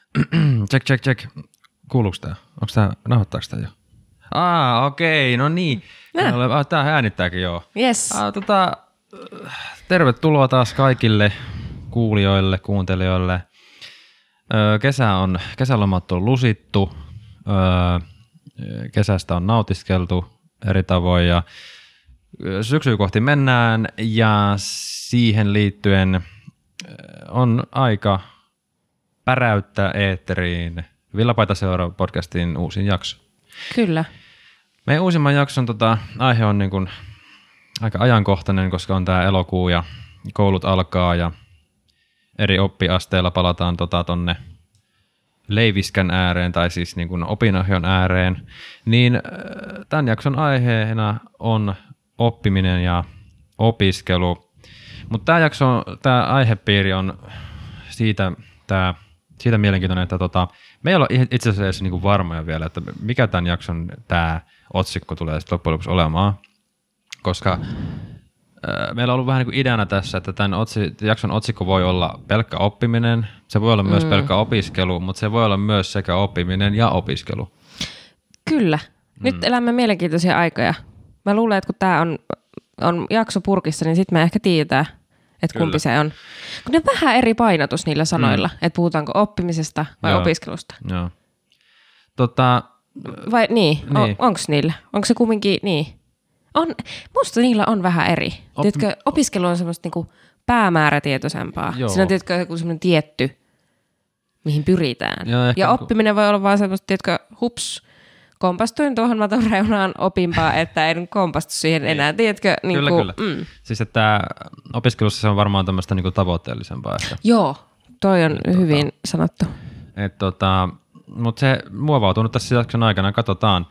Check. Kuuluuko tää? Onko tää, nauhoittaako tää jo? Okei, no niin. Tää äänittääkin joo. Yes. Tervetuloa taas kaikille kuulijoille, kuuntelijoille. Kesälomat on lusittu. Kesästä on nautiskeltu eri tavoin ja syksyä kohti mennään ja siihen liittyen on aika päräyttää eetteriin Villapaitaseura podcastin uusin jakso. Kyllä. Meidän uusimman jakson aihe on niin kuin aika ajankohtainen, koska on tämä elokuu ja koulut alkaa ja eri oppiasteilla palataan tonne leiviskän ääreen tai siis niin kuin opinahjon ääreen. Niin tämän jakson aiheena on oppiminen ja opiskelu. Mutta tämä aihepiiri on siitä mielenkiintoinen, että me ei olla itse asiassa edes niinku varmoja vielä, että mikä tämän jakson tämä otsikko tulee sitten loppujen lopuksi olemaan, koska meillä on ollut vähän niin kuin ideana tässä, että tämän jakson otsikko voi olla pelkkä oppiminen, se voi olla myös pelkkä opiskelu, mutta se voi olla myös sekä oppiminen ja opiskelu. Kyllä. Nyt elämme mielenkiintoisia aikoja. Mä luulen, että kun tämä on jakso purkissa, niin sitten me ehkä tiedetään, että kumpi se on. Kun ne on vähän eri painotus niillä sanoilla, että puhutaanko oppimisesta vai opiskelusta. Joo. Vai niin. Onko niillä? Onko se kumminkin niin? Musta niillä on vähän eri. Tiedätkö, opiskelu on semmoista niinku päämäärätietoisempaa. Joo. Siinä on tiedätkö, joku semmoinen tietty, mihin pyritään. Ja oppiminen voi olla vaan semmoista, tiedätkö, hups, kompastuin tuohon maton reunaan opinpaa, että en kompastu siihen enää, tiedätkö? Niin kyllä. Siis että opiskelussa se on varmaan tämmöistä niinku tavoitteellisempaa. Ehkä. Joo, toi on hyvin sanottu. Mutta se muovautuu nyt tässä jakson aikana, katsotaan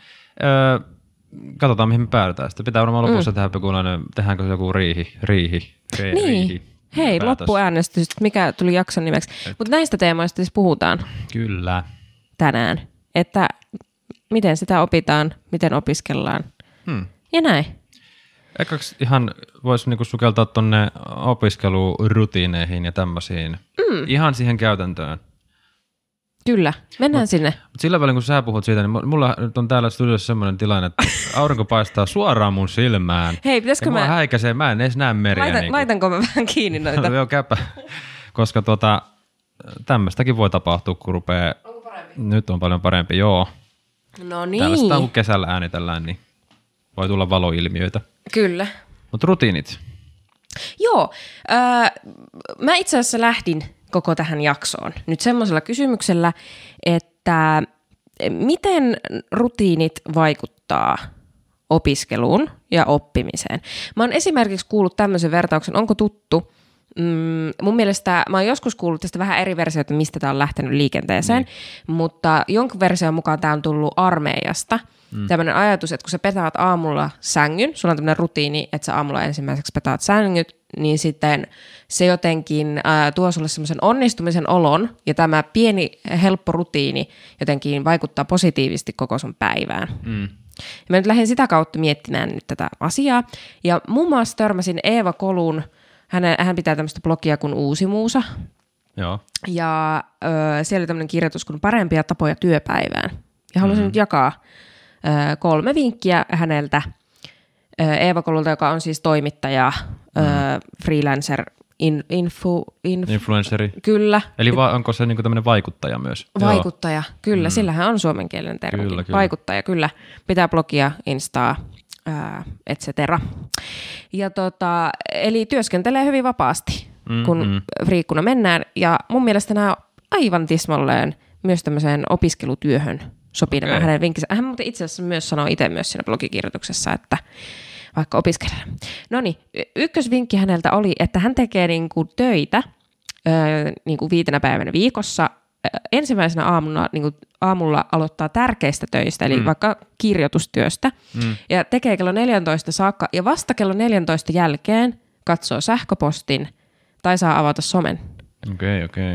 mihin me päädytään. Sitten pitää varmaan lopussa tehdä tehdäänkö joku riihi. Niin. Hei, loppuäänestys, mikä tuli jakson nimeksi. Mutta näistä teemoista siis puhutaan. Kyllä. Tänään, että miten sitä opitaan, miten opiskellaan ja näin. Ekaksi ihan voisi niinku sukeltaa tuonne opiskelurutiineihin ja tämmöisiin. Ihan siihen käytäntöön. Kyllä, mennään sinne. Sillä välin kun sä puhut siitä, niin mulla on täällä studiossa semmoinen tilanne, että aurinko paistaa suoraan mun silmään. Hei, pitäisikö mä häikäisee, mä en edes näe meriä. Laitanko mä vähän kiinni noita? Joo, käypä. Koska tämmöistäkin voi tapahtua, kun rupeaa. Onko parempi? Nyt on paljon parempi, joo. No niin. Tällaista kun kesällä äänitellään, niin voi tulla valoilmiöitä. Kyllä. Mutta rutiinit. Joo. Mä itse asiassa lähdin koko tähän jaksoon nyt semmoisella kysymyksellä, että miten rutiinit vaikuttaa opiskeluun ja oppimiseen. Mä oon esimerkiksi kuullut tämmöisen vertauksen, onko tuttu? Mun mielestä mä oon joskus kuullut tästä vähän eri versioita, mistä tää on lähtenyt liikenteeseen, mutta jonkun version mukaan tää on tullut armeijasta. Tämmöinen ajatus, että kun sä petaat aamulla sängyn, sulla on tämmöinen rutiini, että sä aamulla ensimmäiseksi petaat sängyt, niin sitten se jotenkin tuo sulle semmoisen onnistumisen olon, ja tämä pieni helppo rutiini jotenkin vaikuttaa positiivisesti koko sun päivään. Ja mä nyt lähdin sitä kautta miettimään nyt tätä asiaa, ja muun muassa törmäsin Eeva Koluun, hän pitää tämmöistä blogia kuin Uusi Muusa. Joo. Ja siellä oli tämmöinen kirjoitus kuin Parempia tapoja työpäivään. Ja haluaisin nyt jakaa 3 vinkkiä häneltä. Eeva Kolulta, joka on siis toimittaja, freelancer, influenceri. Kyllä. Eli onko se niinku tämmöinen vaikuttaja myös? Vaikuttaja, kyllä. Sillähän on suomenkielinen termi. Kyllä. Vaikuttaja, kyllä. Pitää blogia, instaa, et cetera. Ja eli työskentelee hyvin vapaasti, kun friikkuna mennään. Ja mun mielestä nämä on aivan tismalleen myös tämmöiseen opiskelutyöhön sopii nämä hänen vinkkinsä. Hän muuten itse asiassa myös sanoo itse myös siinä blogikirjoituksessa, että vaikka opiskella. No niin, ykkösvinkki häneltä oli, että hän tekee niinku töitä niinku 5 päivänä viikossa. Ensimmäisenä aamulla aloittaa tärkeistä töistä, eli vaikka kirjoitustyöstä, ja tekee kello 14 saakka, ja vasta kello 14 jälkeen katsoo sähköpostin tai saa avata somen. Okei.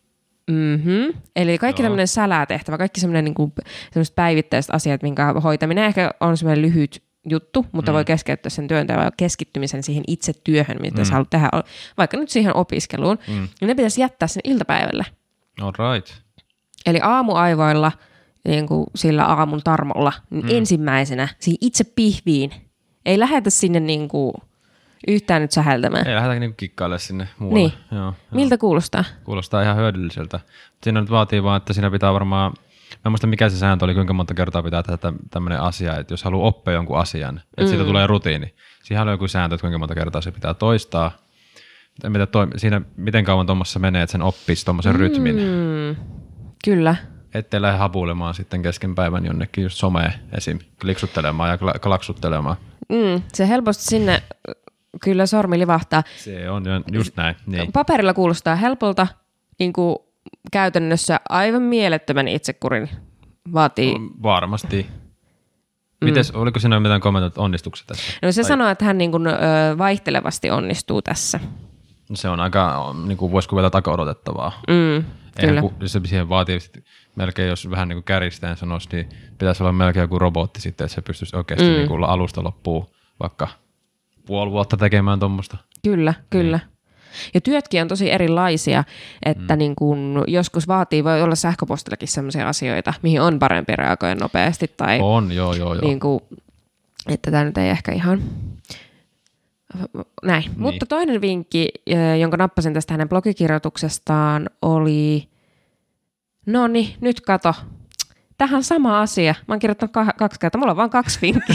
Eli kaikki tämmöinen sälätehtävä, kaikki semmoinen niinku, semmoiset päivittäiset asiat, minkä hoitaminen ehkä on semmoinen lyhyt juttu, mutta voi keskeyttää sen työnteon ja keskittymisen siihen itse työhön, mitä sä haluat tehdä, vaikka nyt siihen opiskeluun, niin ne pitäisi jättää sen iltapäivälle. All right. Eli aamuaivoilla, niin kuin sillä aamun tarmolla, niin ensimmäisenä siihen itse pihviin. Ei lähetä sinne niin kuin yhtään nyt säheltämään. Ei lähdetä niin kikkaille sinne muualle. Niin. Joo. Miltä kuulostaa? Kuulostaa ihan hyödylliseltä. Siinä nyt vaatii vaan, että siinä pitää varmaan, mä en muista mikä se sääntö oli, kuinka monta kertaa pitää tehdä tämmöinen asia, että jos haluaa oppia jonkun asian, että siitä tulee rutiini. Siihen on joku sääntö, että kuinka monta kertaa se pitää toistaa. En tiedä, siinä miten kauan tuommoissa menee, että sen oppisi tuommoisen rytmin. Kyllä. Ettei lähde hapuilemaan sitten kesken päivän jonnekin just someen esim. Kliksuttelemaan ja klaksuttelemaan. Se helposti sinne kyllä sormi livahtaa. Se on just näin. Niin. Paperilla kuulostaa helpolta, niin kuin käytännössä aivan mielettömän itsekurin vaatii. Varmasti. Mites, oliko siinä mitään kommentoita onnistuksia tässä? No se sanoo, että hän niin kuin, vaihtelevasti onnistuu tässä. Se on aika, niin kuin voisi kuvata taka-odotettavaa. Kyllä. Se siihen vaatii melkein, jos vähän niin kuin kärjistäen sanoisi, niin pitäisi olla melkein joku robotti sitten, että se pystyisi oikeasti niin kuin alusta loppuun vaikka puoli vuotta tekemään tuommoista. Kyllä. Ja työtkin on tosi erilaisia, että niin kun joskus voi olla sähköpostillakin sellaisia asioita, mihin on parempi reagoida nopeasti. Tai on, joo. Niin kun, että tämä nyt ei ehkä ihan näin. Niin. Mutta toinen vinkki, jonka nappasin tästä hänen blogikirjoituksestaan oli, no niin, nyt kato, tähän on sama asia. Mä oon kirjoittanut 2 kertaa, mulla on vaan 2 vinkkiä.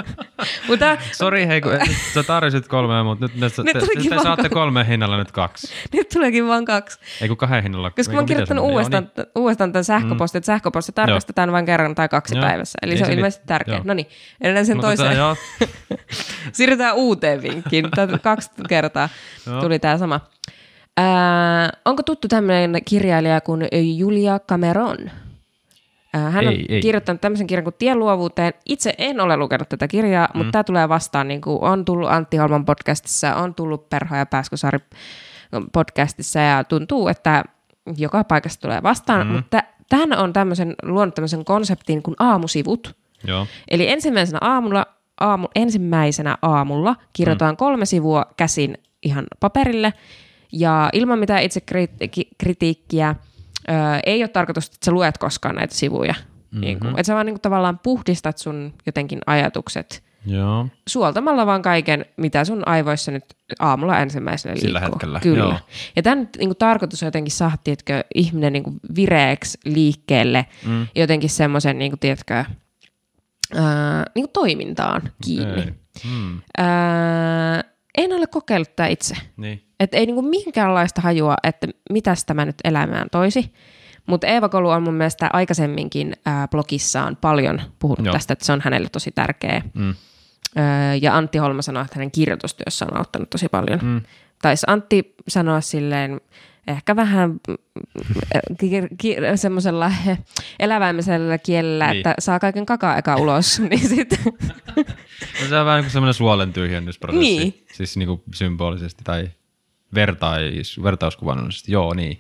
Sori hei, kun sä tarjosit 3, mutta nyt te saatte 3 hinnalla nyt 2. Nyt tuleekin vaan 2. Ei kun 2 hinnalla. Koska mä oon kirjoittanut uudestaan tämän sähköpostin, että sähköposti tarkastetaan vain kerran tai 2 päivässä. Eli se on ilmeisesti tärkeä. No niin, ennen sen toiseen. Siirrytään uuteen vinkkiin. 2 kertaa tuli tämä sama. Onko tuttu tämmöinen kirjailija kuin Julia Cameron? Hän on kirjoittanut tämmöisen kirjan kuin Tien luovuuteen. Itse en ole lukenut tätä kirjaa, mutta tämä tulee vastaan, niin kuin on tullut Antti Holman podcastissa, on tullut Perho ja Pääskysaari podcastissa ja tuntuu, että joka paikassa tulee vastaan. Mutta tähän on luonut tämmöisen konseptin kuin aamusivut. Joo. Eli ensimmäisenä aamulla kirjoitetaan 3 sivua käsin ihan paperille ja ilman mitään itse kritiikkiä. Ei ole tarkoitus, että sä luet koskaan näitä sivuja. Että sä vaan niin kuin tavallaan puhdistat sun jotenkin ajatukset suoltamalla vaan kaiken, mitä sun aivoissa nyt aamulla ensimmäisenä liikkuu. Sillä hetkellä. Kyllä. Joo. Ja tämän niin kuin tarkoitus on jotenkin saada, tiedätkö, ihminen niin kuin vireeksi liikkeelle jotenkin semmoisen, niin kuin, tiedätkö, niin kuin toimintaan kiinni. En ole kokeillut tätä itse. Niin. Että ei niinku minkäänlaista hajua, että mitäs tämä nyt elämään toisi. Mutta Eeva Kolu on mun mielestä aikaisemminkin blogissaan paljon puhunut tästä, että se on hänelle tosi tärkeä. Ja Antti Holma sanoi, että hänen kirjoitustyössä on auttanut tosi paljon. Taisi Antti sanoa silleen ehkä vähän semmoisella eläväimisellä kielellä, niin. Että saa kaiken kakaa eka ulos. Niin sit. No se on vähän niin kuin semmoinen suolen tyhjennysprosessi. Niin. Siis niin kuin symbolisesti tai vertauskuvallisesti. Joo, niin.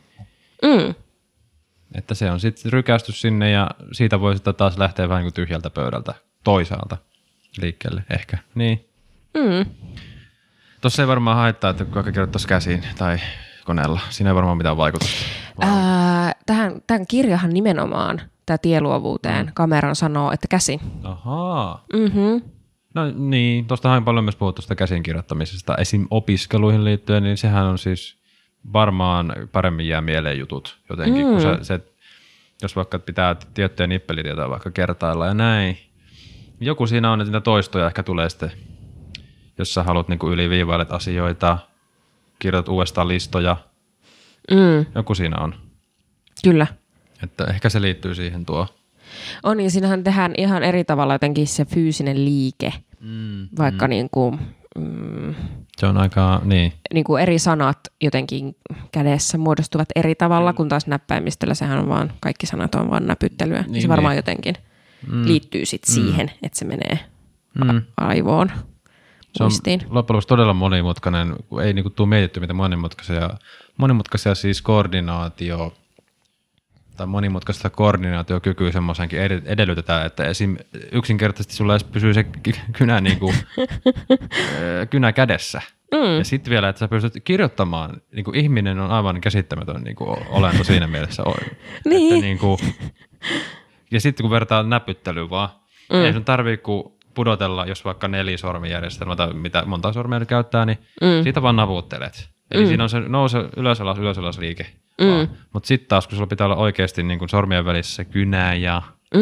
Että se on sitten rykästy sinne ja siitä voi sitten taas lähteä vähän niin kuin tyhjältä pöydältä toisaalta liikkeelle ehkä. Niin. Tuossa ei varmaan haittaa, että vaikka kirjoittaisi käsiin tai koneella. Siinä ei varmaan mitään vaikutusta. Tämän kirjahan nimenomaan, tämä Tieluovuuteen, Cameron sanoo, että käsin. Ahaa. No niin, tuostahan on paljon myös puhuttu sitä käsin kirjoittamisesta. Esim. Opiskeluihin liittyen, niin sehän on siis varmaan paremmin jää mieleen jutut jotenkin, kun jos vaikka pitää tiettyjä nippelitietoja vaikka kertailla ja näin. Joku siinä on, että niitä toistoja ehkä tulee sitten, jos sä haluat niin yliviivailet asioita, kirjoitat uudestaan listoja. Joku siinä on. Kyllä. Että ehkä se liittyy siihen tuo. On, ja siinähän tehdään ihan eri tavalla jotenkin se fyysinen liike, vaikka niin kuin, se on aika, niin kuin eri sanat jotenkin kädessä muodostuvat eri tavalla, kun taas näppäimistöllä sehän on vaan, kaikki sanat on vaan näpyttelyä. Niin, se varmaan jotenkin liittyy sitten siihen, että se menee aivoon, muistiin. Se on loppujen lopuksi todella monimutkainen, kun ei niin kuin tule mietitty, mitä monimutkaisia siis koordinaatio tai monimutkaista koordinaatiokykyä semmoisenkin edellytetään, että esim. Yksinkertaisesti sulla edes pysyy se kynä, niin kuin, kynä kädessä. Ja sitten vielä, että sä pystyt kirjoittamaan, niin kuin ihminen on aivan käsittämätön niin kuin olento siinä mielessä. Niin. Että, niin kuin, ja sitten kun vertaa näpyttelyä vaan, ei sun tarvii kuin pudotella, jos vaikka 4 sormijärjestelmä tai mitä monta sormia nyt käyttää, niin siitä vaan naputtelet. Eli siinä on se ylös alas liike. Mutta sitten taas, kun sulla pitää olla oikeasti niin kuin sormien välissä se kynä ja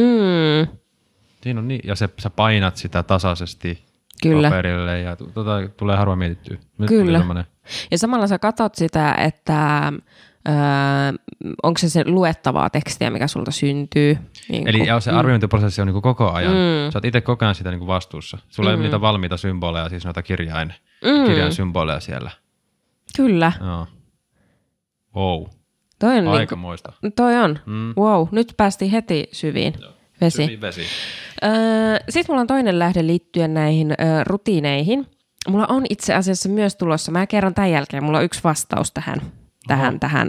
siinä on niin, ja sä painat sitä tasaisesti paperille ja tulee harvoin mietittyä. Nyt Kyllä. Ja samalla sä katot sitä, että onko se luettavaa tekstiä, mikä sulta syntyy. Niin eli se arviointiprosessi on niin kuin koko ajan. Sä oot itse koko ajan sitä niin kuin vastuussa. Sulla ei ole niitä valmiita symboleja, siis noita kirjain symboleja siellä. Kyllä. Joo. Wow. Toi on aikamoista. Toi on. Wow, nyt päästiin heti syviin. Vesi. Syviin vesi. Sitten mulla on toinen lähde liittyen näihin rutiineihin. Mulla on itse asiassa myös tulossa, mä kerron tämän jälkeen, mulla on yksi vastaus tähän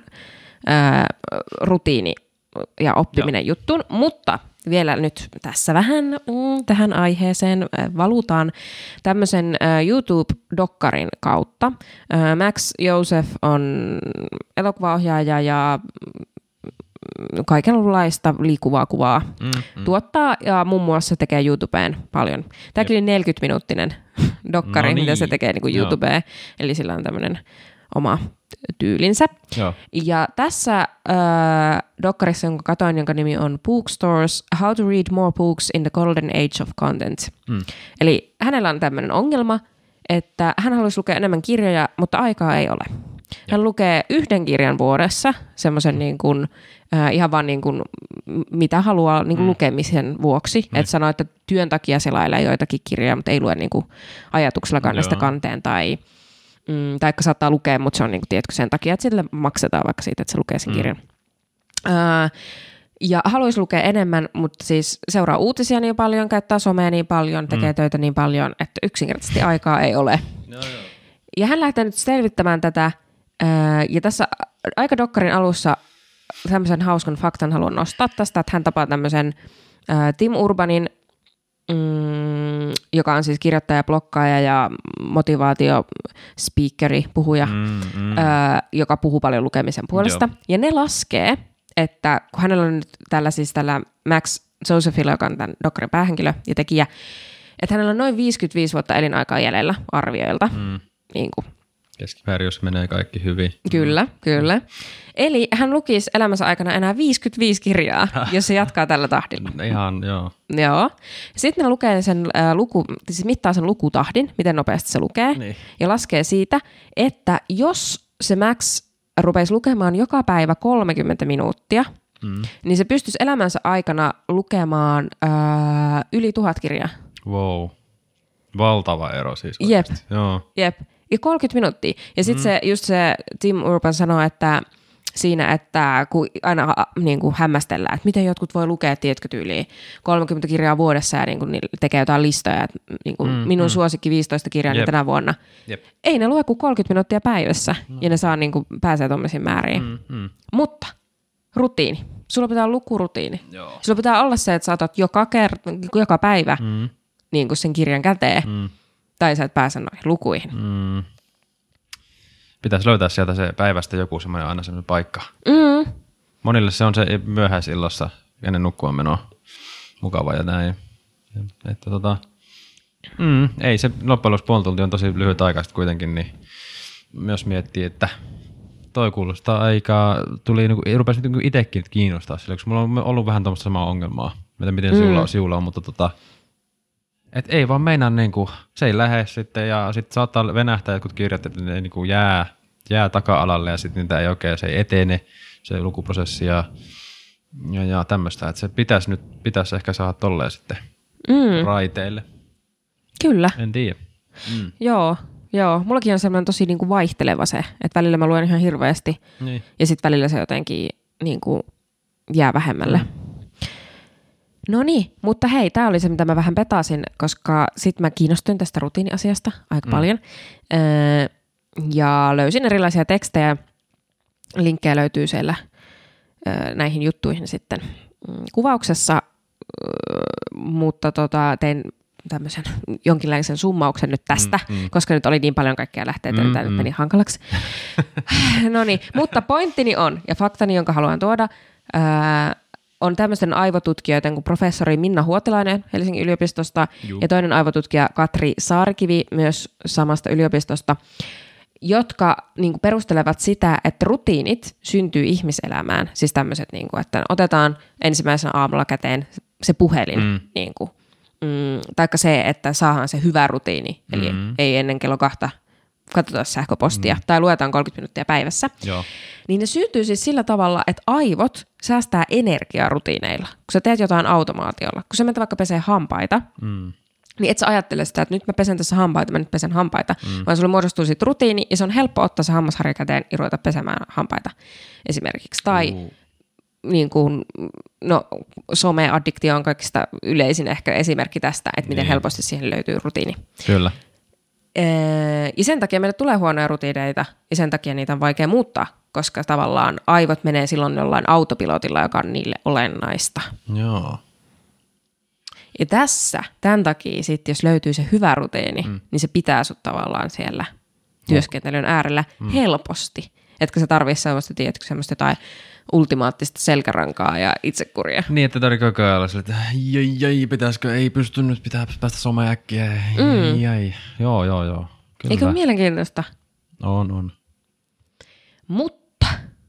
rutiini- ja oppiminen juttuun, mutta vielä nyt tässä vähän tähän aiheeseen valutaan tämmöisen YouTube-dokkarin kautta. Max Joseph on elokuvaohjaaja ja kaikenlaista liikkuvaa kuvaa tuottaa ja muun muassa tekee YouTubeen paljon. Tämä on 40-minuuttinen dokkari, mitä se tekee niin kuin YouTubeen, eli sillä on tämmöinen oma tyylinsä. Joo. Ja tässä dokkarissa, jonka katoin, jonka nimi on Bookstores, How to Read More Books in the Golden Age of Content. Eli hänellä on tämmöinen ongelma, että hän haluaisi lukea enemmän kirjoja, mutta aikaa ei ole. Hän lukee 1 kirjan vuodessa, semmoisen niin kuin, ihan vaan niin kuin, mitä haluaa niin kuin lukemisen vuoksi. Että sanoo, että työn takia selailee joitakin kirjoja, mutta ei lue niin kuin ajatuksella kannesta kanteen tai saattaa lukea, mutta se on niin kuin, tiedätkö, sen takia, että sille maksetaan vaikka siitä, että se lukee sen kirjan. Ja haluaisi lukea enemmän, mutta siis seuraa uutisia niin paljon, käyttää somea niin paljon, tekee töitä niin paljon, että yksinkertaisesti aikaa ei ole. Ja hän lähtee nyt selvittämään tätä, ja tässä aikadokkarin alussa tämmöisen hauskan faktan haluan nostaa tästä, että hän tapaa tämmöisen Tim Urbanin, joka on siis kirjoittaja, blokkaaja ja motivaatiospeakeri, puhuja, joka puhuu paljon lukemisen puolesta. Joo. Ja ne laskee, että kun hänellä on nyt tällä Max Josephilla, joka on tämän dokkarin päähenkilö ja tekijä, että hänellä on noin 55 vuotta elinaikaa jäljellä arvioilta. Niin kuin. Keskimäärin, jos menee kaikki hyvin. Kyllä. Eli hän lukisi elämänsä aikana enää 55 kirjaa, jos se jatkaa tällä tahdilla. Ihan, Joo. Sitten ne lukee sen siis mittaa sen lukutahdin, miten nopeasti se lukee, ja laskee siitä, että jos se Max rupeisi lukemaan joka päivä 30 minuuttia, niin se pystyisi elämänsä aikana lukemaan yli 1000 kirjaa. Wow. Valtava ero siis oikeasti. Jep. Ja 30 minuuttia. Ja sitten se Tim Urban sanoo, että siinä, että kun aina niin kuin hämmästellään, että miten jotkut voi lukea, tiedätkö, tyyliin 30 kirjaa vuodessa ja niin kuin tekee jotain listoja, että niin kuin minun suosikki 15 kirjaa niin tänä vuonna. Ei ne lue kuin 30 minuuttia päivässä ja ne saa niin kuin, pääsee tuommoisiin määriin. Mutta rutiini. Sulla pitää olla lukurutiini. Joo. Sulla pitää olla se, että sä otat joka päivä niin kuin sen kirjan käteen. Tai sä et pääse noihin lukuihin. Pitäisi löytää sieltä se päivästä joku semmoinen aina semmoinen paikka. Monille se on se myöhäisillassa ennen nukkumaan menoa mukava ja näin. Että ei se loppujen lopuksi puoli tuntia on tosi lyhyt aika kuitenkin, niin myös miettii, että toi kuulostaa aikaa, rupesi itsekin kiinnostaa sillä, koska mulla on ollut vähän tuommoista samaa ongelmaa, miten sinulla on, mutta et ei vaan meinaa niinku, se ei lähde sitten ja sitten saattaa venähtää jotkut kirjat, että ne niinku jää taka-alalle ja sitten niitä ei oikein, se ei etene, se lukuprosessi ja tämmöistä, että se pitäisi ehkä saada tolleen sitten raiteille. Kyllä. En tiedä. Joo. Mullakin on semmoinen tosi niinku vaihteleva se, että välillä mä luen ihan hirveästi ja sitten välillä se jotenkin niinku jää vähemmälle. No niin, mutta hei, tämä oli se, mitä mä vähän petasin, koska sitten mä kiinnostuin tästä rutiiniasiasta aika paljon. Ja löysin erilaisia tekstejä, linkkejä löytyy siellä näihin juttuihin sitten kuvauksessa, mutta tein tämmöisen jonkinlaisen summauksen nyt tästä, koska nyt oli niin paljon kaikkea lähteitä, että nyt meni hankalaksi. No niin, mutta pointtini on, ja faktani, jonka haluan tuoda, on tämmöisten aivotutkijoiden kuin professori Minna Huotilainen Helsingin yliopistosta ja toinen aivotutkija Katri Saarikivi myös samasta yliopistosta, jotka niin kuin perustelevat sitä, että rutiinit syntyy ihmiselämään. Siis tämmöiset, niin kuin, että otetaan ensimmäisenä aamulla käteen se puhelin, niin kuin, taikka se, että saadaan se hyvä rutiini, eli ei ennen kello 2 katsotaan sähköpostia tai luetaan 30 minuuttia päivässä. Joo. Niin ne syntyy siis sillä tavalla, että aivot säästää energiaa rutiineilla. Kun sä teet jotain automaatiolla, kun sä menet vaikka pesee hampaita, niin et sä ajattele sitä, että nyt mä pesen tässä hampaita, mä nyt pesen hampaita, vaan sulle muodostuu siitä rutiini ja se on helppo ottaa se hammasharja käteen ja ruveta pesemään hampaita esimerkiksi. Tai niin kuin, no, someaddiktio on kaikista yleisin ehkä esimerkki tästä, että miten helposti siihen löytyy rutiini. Kyllä. Ja sen takia meille tulee huonoja rutiineita ja sen takia niitä on vaikea muuttaa, koska tavallaan aivot menee silloin jollain autopilotilla, joka on niille olennaista. Joo. Ja tässä, tämän takia sitten, jos löytyy se hyvä rutiini, niin se pitää sut tavallaan siellä työskentelyn äärellä helposti. Etkö sä tarvii sellaista, tiedätkö, semmoista jotain ultimaattista selkärankaa ja itsekuria. Niin, että tarvii koko ajan olla että pitäisikö, ei pysty nyt, pitää päästä someen äkkiä. Joo. Kyllä. Eikö ole mielenkiintoista? On. Mutta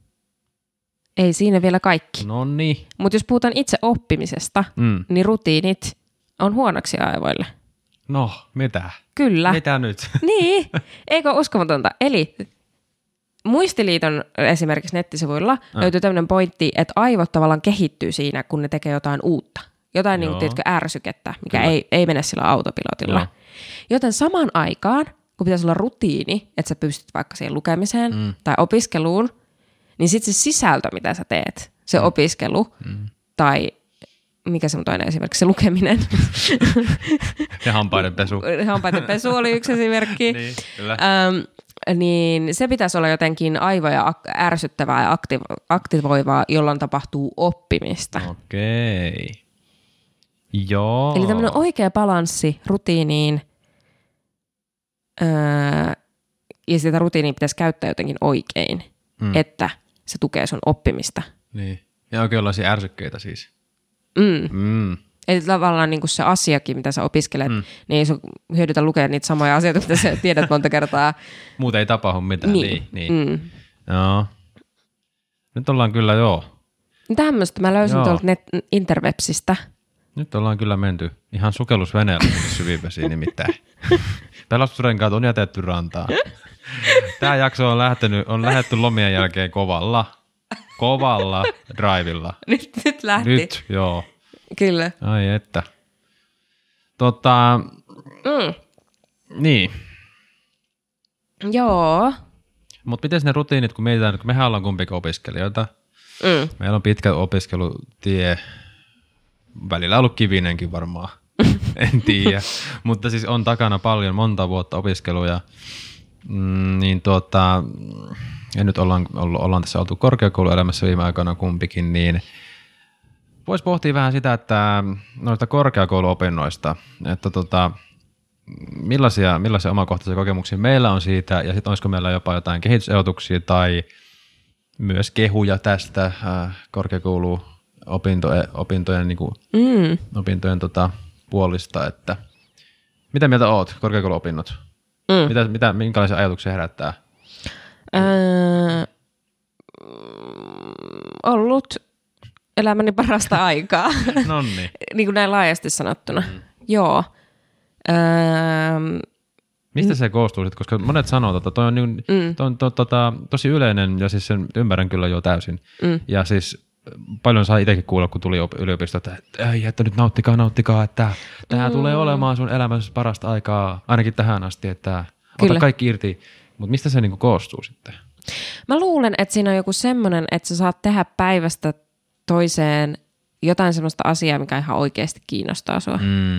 ei siinä vielä kaikki. No niin. Mutta jos puhutaan itse oppimisesta, niin rutiinit on huonoksi aivoille. No, mitä? Kyllä. Mitä nyt? Niin, eikö uskomatonta? Eli Muistiliiton esimerkiksi nettisivuilla löytyy tämmöinen pointti, että aivot tavallaan kehittyy siinä, kun ne tekee jotain uutta. Jotain niin kuin, tiedätkö, ärsykettä, mikä ei mene sillä autopilotilla. Joo. Joten samaan aikaan, kun pitäisi olla rutiini, että sä pystyt vaikka siihen lukemiseen tai opiskeluun, niin sitten se sisältö, mitä sä teet, se opiskelu tai mikä se on toinen esimerkiksi, se lukeminen. Ja hampaiden pesu. Hampaiden pesu oli yksi esimerkki. Niin, kyllä. Niin se pitäisi olla jotenkin aivoja ärsyttävää ja aktivoivaa, jolloin tapahtuu oppimista. Okei. Joo. Eli tämmöinen oikea balanssi rutiiniin, ja sitä rutiiniä pitäisi käyttää jotenkin oikein, että se tukee sun oppimista. Niin. Ja oikeanlaisia ärsykkeitä siis. Eli tavallaan niin kuin se asiakin, mitä sä opiskelet, niin ei sun hyödytä lukea niitä samoja asioita, mitä sä tiedät monta kertaa. Muuta ei tapahdu mitään. Niin. Joo. Nyt ollaan kyllä Tämmöistä mä löysin tuolta interwebsistä. Nyt ollaan kyllä menty ihan sukellusveneellä syvivesiin nimittäin. Pelastusrenkaat on jätetty rantaan. Tämä jakso on lähdetty lomien jälkeen kovalla drivilla. Nyt lähti. Nyt, joo. Kyllä. Ai että. Niin. Joo. Mutta miten ne rutiinit, kun mietitään, kun mehän ollaan kumpikin opiskelijoita. Meillä on pitkä opiskelutie. Välillä ollut kivinenkin varmaan. En tiedä. Mutta siis on takana monta vuotta opiskeluja. Ja nyt ollaan tässä oltu korkeakouluelämässä viime aikoina kumpikin, niin voisi pohtia vähän sitä, että noista korkeakouluopinnoista, että millaisia omakohtaisia kokemuksia meillä on siitä, ja sitten olisiko meillä jopa jotain kehitysehdotuksia tai myös kehuja tästä korkeakouluopintojen opintojen puolista, että mitä mieltä oot korkeakouluopinnot? Minkälaisia ajatuksia herättää? Ollut elämäni parasta aikaa. Nonni. Niin kuin näin laajasti sanottuna. Joo. Mistä se koostuu sitten? Koska monet sanoo, että toi on tosi yleinen ja siis sen ymmärrän kyllä jo täysin. Ja siis paljon saa itsekin kuulla, kun tuli yliopistosta, että nyt nauttikaa, että tämä tulee olemaan sun elämässä parasta aikaa, ainakin tähän asti, että ota kaikki irti. Mutta mistä se niinku koostuu sitten? Mä luulen, että siinä on joku semmoinen, että sä saat tehdä päivästä toiseen jotain semmoista asiaa, mikä ihan oikeasti kiinnostaa sua.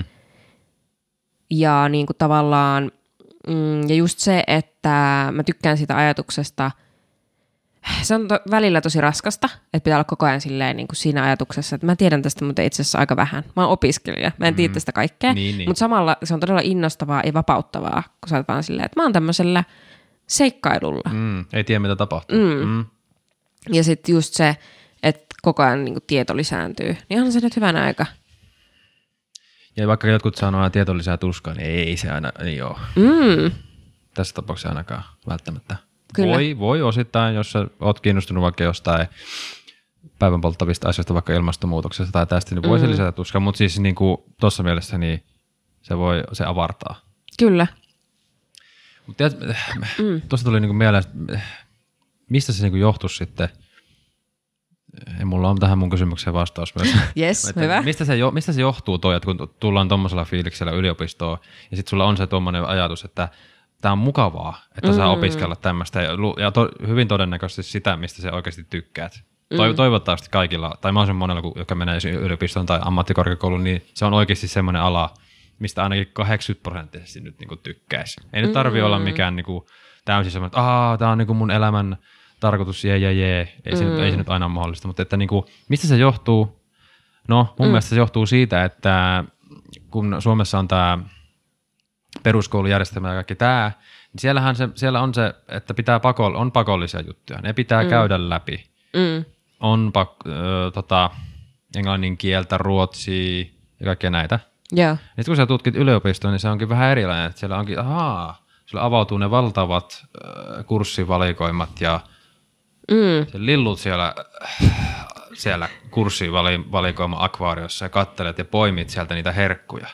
Ja niin kuin tavallaan, ja just se, että mä tykkään siitä ajatuksesta, se on välillä tosi raskasta, että pitää olla koko ajan silleen niin kuin siinä ajatuksessa, että mä tiedän tästä mutta itse asiassa aika vähän. Mä oon opiskelija, mä en tiedä tästä kaikkea, Niin. mutta samalla se on todella innostavaa ja vapauttavaa, kun sä oot vaan silleen, että mä oon tämmöisellä seikkailulla. Ei tiedä, mitä tapahtuu. Ja sitten just se, että koko ajan niin kuin tieto lisääntyy, niin onhan se nyt hyvänä aika. Ja vaikka jotkut sanoo, että tieto lisää tuskaa, niin ei se aina niin ole. Tässä tapauksessa ainakaan välttämättä. Kyllä. Voi osittain, jos sä oot kiinnostunut vaikka jostain päivän polttavista asioista, vaikka ilmastonmuutoksesta tai tästä, niin voi se lisätä tuskaa. Mutta siis niin tuossa mielessä niin se avartaa. Kyllä. Mutta tuossa tuli niin mieleen, että mistä se niin johtuisi sitten. Ja mulla on tähän mun kysymykseen vastaus myös. Yes, hyvä. Mistä se johtuu toi, että kun tullaan tuommoisella fiiliksellä yliopistoon ja sitten sulla on se tuommoinen ajatus, että tämä on mukavaa, että saa opiskella tämmöistä ja hyvin todennäköisesti sitä, mistä sä oikeasti tykkäät. Toivottavasti kaikilla, tai mahdollisimman monella, joka menee yliopistoon tai ammattikorkeakouluun, niin se on oikeasti semmoinen ala, mistä ainakin 80% nyt niinku tykkäisi. Ei nyt tarvitse olla mikään niinku täysin semmoinen, että tämä on niinku mun elämän tarkoitus, jee. Ei se nyt aina ole mahdollista, mutta että niinku, mistä se johtuu? No, mun mielestä se johtuu siitä, että kun Suomessa on tämä peruskoulujärjestelmä ja kaikki tämä, niin siellä on se, että on pakollisia juttuja. Ne pitää käydä läpi. On englannin kieltä, ruotsia ja kaikkea näitä. Yeah. Sitten kun sä tutkit yliopistoon, niin se onkin vähän erilainen. Että siellä onkin, sulla avautuu ne valtavat kurssivalikoimat ja se lillut siellä kurssivalikoima akvaariossa ja kattelet ja poimit sieltä niitä herkkuja.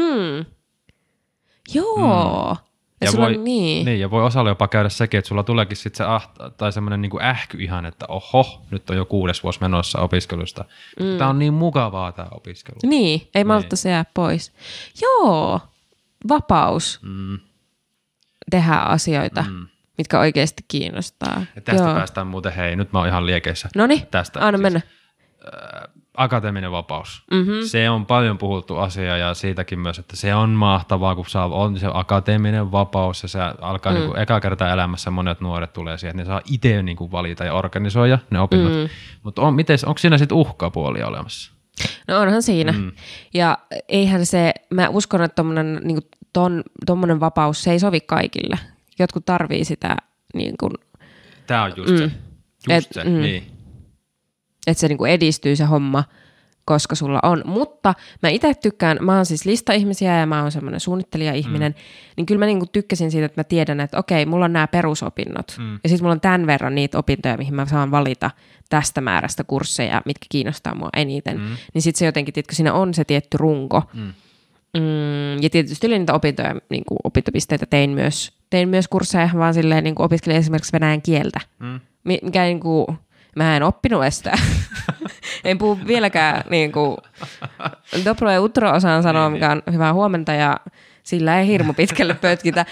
Joo. Ja ja voi osalla jopa käydä sekin, että sulla tuleekin sitten se tai semmoinen niinku ähky ihan, että oho, nyt on jo 6. vuosi menossa opiskelusta. Tämä on niin mukavaa tämä opiskelu. Niin, ei malta se jää pois. Joo, vapaus tehdä asioita, mitkä oikeasti kiinnostaa. Ja tästä päästään muuten, hei, nyt mä oon ihan liekeissä. Noniin, anna mennä. Akateeminen vapaus. Se on paljon puhuttu asia ja siitäkin myös, että se on mahtavaa, kun on se akateeminen vapaus ja se alkaa niin kuin eka kertaa elämässä monet nuoret tulee siihen, että ne saa itse niin kuin valita ja organisoida ne opinnot. Mutta onko siinä sitten uhkapuolia olemassa? No onhan siinä. Ja eihän se, mä uskon, että tommonen vapaus, se ei sovi kaikille. Jotkut tarvii sitä niin kuin... Tää on just se. Niin. Että se niinku edistyy se homma, koska sulla on. Mutta mä itse tykkään, mä oon siis listaihmisiä ja mä oon semmoinen suunnittelija-ihminen, niin kyllä mä niinku tykkäsin siitä, että mä tiedän, että okei, mulla on nämä perusopinnot. Ja sitten mulla on tämän verran niitä opintoja, mihin mä saan valita tästä määrästä kursseja, mitkä kiinnostaa mua eniten. Niin sitten se jotenkin, tiedätkö, siinä on se tietty runko. Ja tietysti oli niitä opintoja, niinku opintopisteitä tein myös kursseja, vaan silleen niinku opiskelin esimerkiksi venäjän kieltä. Mikä niinku... Mä en oppinut sitä. En puhu vieläkään niinku dobro ja utro osaan sanoa, mikä on hyvää huomenta ja sillä ei hirmu pitkälle pötkitä.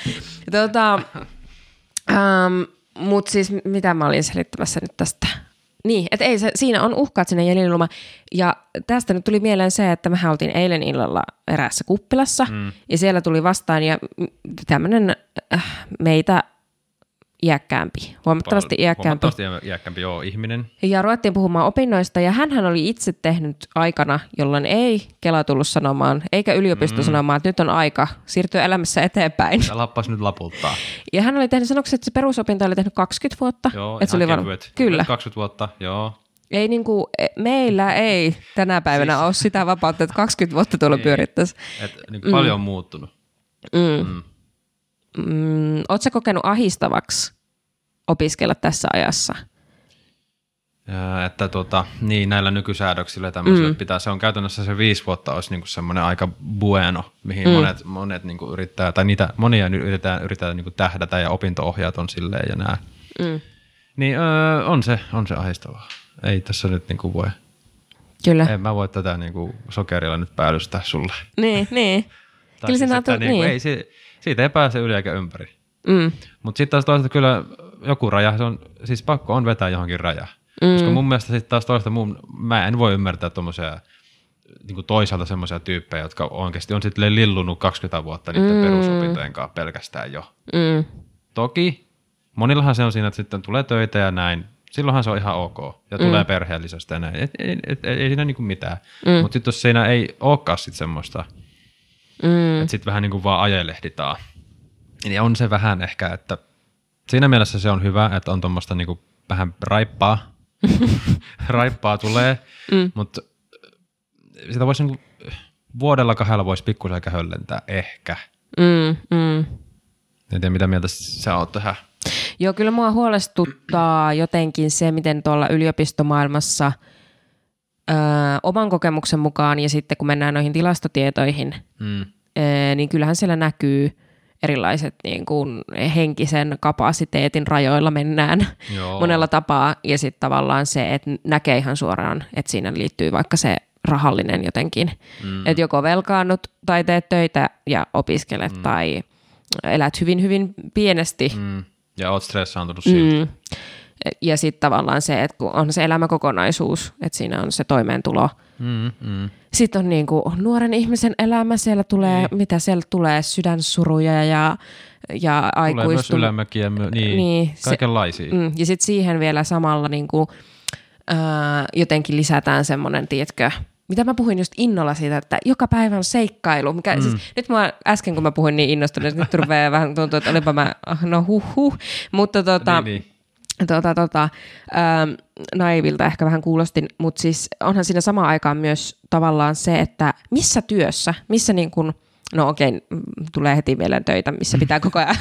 Mutta siis mitä mä olin selittämässä nyt tästä? Niin, että ei siinä on uhkaat sinne jäljellä. Ja tästä nyt tuli mieleen se, että mehän oltiin eilen illalla eräässä kuppilassa ja siellä tuli vastaan ja tämmöinen meitä huomattavasti iäkkäämpi ihminen. Ja ruvettiin puhumaan opinnoista ja hänhän oli itse tehnyt aikana, jolloin ei Kela tullut sanomaan, eikä yliopisto sanomaan, että nyt on aika siirtyä elämässä eteenpäin. Tämä lappas nyt lapultaa. Ja hän oli tehnyt sanokset, että se perusopinto oli tehnyt 20 vuotta. Joo, että ihan kevyet. Kyllä. 20 vuotta, joo. Ei niinku, meillä ei tänä päivänä ole sitä vapautta, että 20 vuotta tuolla pyörittäisi. Niin paljon on muuttunut. Ootko kokenut ahistavaksi opiskella tässä ajassa? Että niin näillä nykysäädöksillä tämmöisillä pitää, se on käytännössä se 5 vuotta olisi niinku semmoinen aika bueno, mihin monet niinku yrittää, tai niitä monia yritetään niinku tähdätä ja opinto-ohjaat on silleen ja nää. Niin on se ahdistavaa. Ei tässä nyt niinku voi. Kyllä. En mä voi tätä niinku sokerilla nyt päällystää sulle. Niin. Kyllä siis, ei, siitä ei pääse yli eikä ympäri. Mutta sitten taas toisaalta kyllä joku raja, se on, siis pakko on vetää johonkin raja. Koska mun mielestä sitten taas toisaalta mä en voi ymmärtää tommosia, niinku toisaalta semmoisia tyyppejä, jotka oikeasti on sitten lillunut 20 vuotta niiden perusopintojen kanssa pelkästään jo. Toki monillahan se on siinä, että sitten tulee töitä ja näin. silloinhan se on ihan ok. Ja tulee perheellisestä ja näin. Ei siinä niinku mitään. Mutta sitten jos siinä ei olekaan sit semmoista, että sitten vähän niinku vaan ajelehditaan, niin on se vähän ehkä, että siinä mielessä se on hyvä, että on tuommoista niinku vähän raippaa. Raippaa tulee, mutta sitä voisi niinku vuodella 2 voisi pikkusen aika höllentää ehkä. En tiedä, mitä mieltä sä oot tähän. Joo, kyllä mua huolestuttaa jotenkin se, miten tuolla yliopistomaailmassa oman kokemuksen mukaan ja sitten kun mennään noihin tilastotietoihin, niin kyllähän siellä näkyy erilaiset niin kuin henkisen kapasiteetin rajoilla mennään monella tapaa ja sitten tavallaan se, että näkee ihan suoraan, että siinä liittyy vaikka se rahallinen jotenkin, että joko velkaannut tai teet töitä ja opiskelet tai elät hyvin, hyvin pienesti. Ja oot stressaantunut siitä. Ja sitten tavallaan se, että kun on se elämäkokonaisuus, että siinä on se toimeentulo. Sitten on niinku nuoren ihmisen elämä, siellä tulee, mitä siellä tulee, sydänsuruja ja aikuistumista. Tulee myös ylämäkiä, niin kaikenlaisia. Ja sitten siihen vielä samalla niinku, jotenkin lisätään semmoinen, tiedätkö, mitä mä puhuin just innolla siitä, että joka päivä on seikkailu. Mikä, siis, nyt äsken kun mä puhuin niin innostuneesti, nyt rupeaa vähän tuntua, että olipa mä, mutta naivilta ehkä vähän kuulostin, mutta siis onhan siinä samaan aikaan myös tavallaan se, että missä työssä, missä niin kuin, no okei, tulee heti mieleen töitä, missä pitää koko ajan,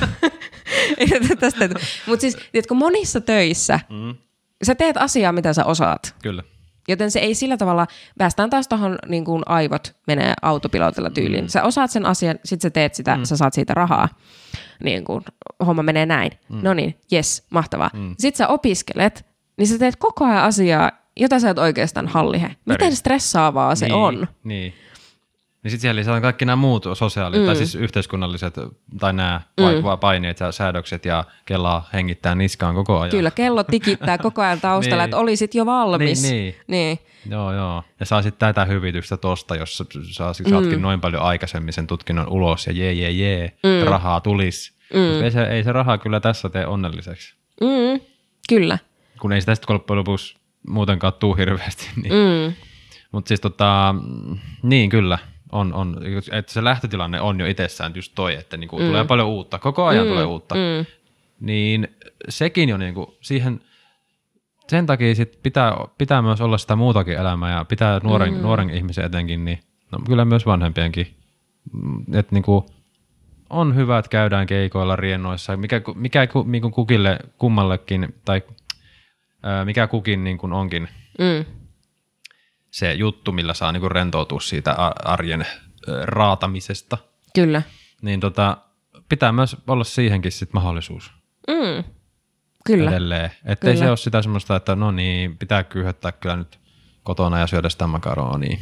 mutta siis tiedätkö, monissa töissä sä teet asiaa, mitä sä osaat. Kyllä. Joten se ei sillä tavalla, päästään taas tuohon niin kuin aivot menee autopilotilla tyyliin. Sä osaat sen asian, sit sä teet sitä, sä saat siitä rahaa. Niin kuin homma menee näin. No niin, jes, mahtavaa. Sitten sä opiskelet, niin sä teet koko ajan asiaa, jota sä et oikeastaan hallihe. Miten stressaavaa se on? Niin. Niin sitten siellä lisätään kaikki nämä muut sosiaaliset, tai siis yhteiskunnalliset, tai nämä paineet ja säädökset, ja kello hengittää niskaan koko ajan. Kyllä, kello tikittää koko ajan taustalla, että olisit jo valmis. Niin. Joo. Ja saa sitten tätä hyvitystä tosta, jos saatkin noin paljon aikaisemmin sen tutkinnon ulos, ja rahaa tulisi. Mutta ei se rahaa kyllä tässä tee onnelliseksi. Kyllä. Kun ei sitä sitten loppujen lopuksi muutenkaan tuu hirveästi. Niin. Mutta siis niin kyllä. On, että se lähtötilanne on jo itsessään just toi, että niinku tulee paljon uutta, koko ajan tulee uutta, niin sekin jo niinku siihen, sen takia sit pitää myös olla sitä muutakin elämää ja pitää nuoren ihmisen etenkin, niin no, kyllä myös vanhempienkin, että niinku on hyvä, että käydään keikoilla riennoissa, mikä niinku kukille kummallekin, tai mikä kukin niinku onkin. Se juttu, millä saa niinku rentoutua siitä arjen raatamisesta. Kyllä. Niin pitää myös olla siihenkin sit mahdollisuus. Kyllä. Edelleen. Ettei se ole sitä semmoista, että no niin, pitää kyyhöttää kyllä nyt kotona ja syödä sitä makaronia.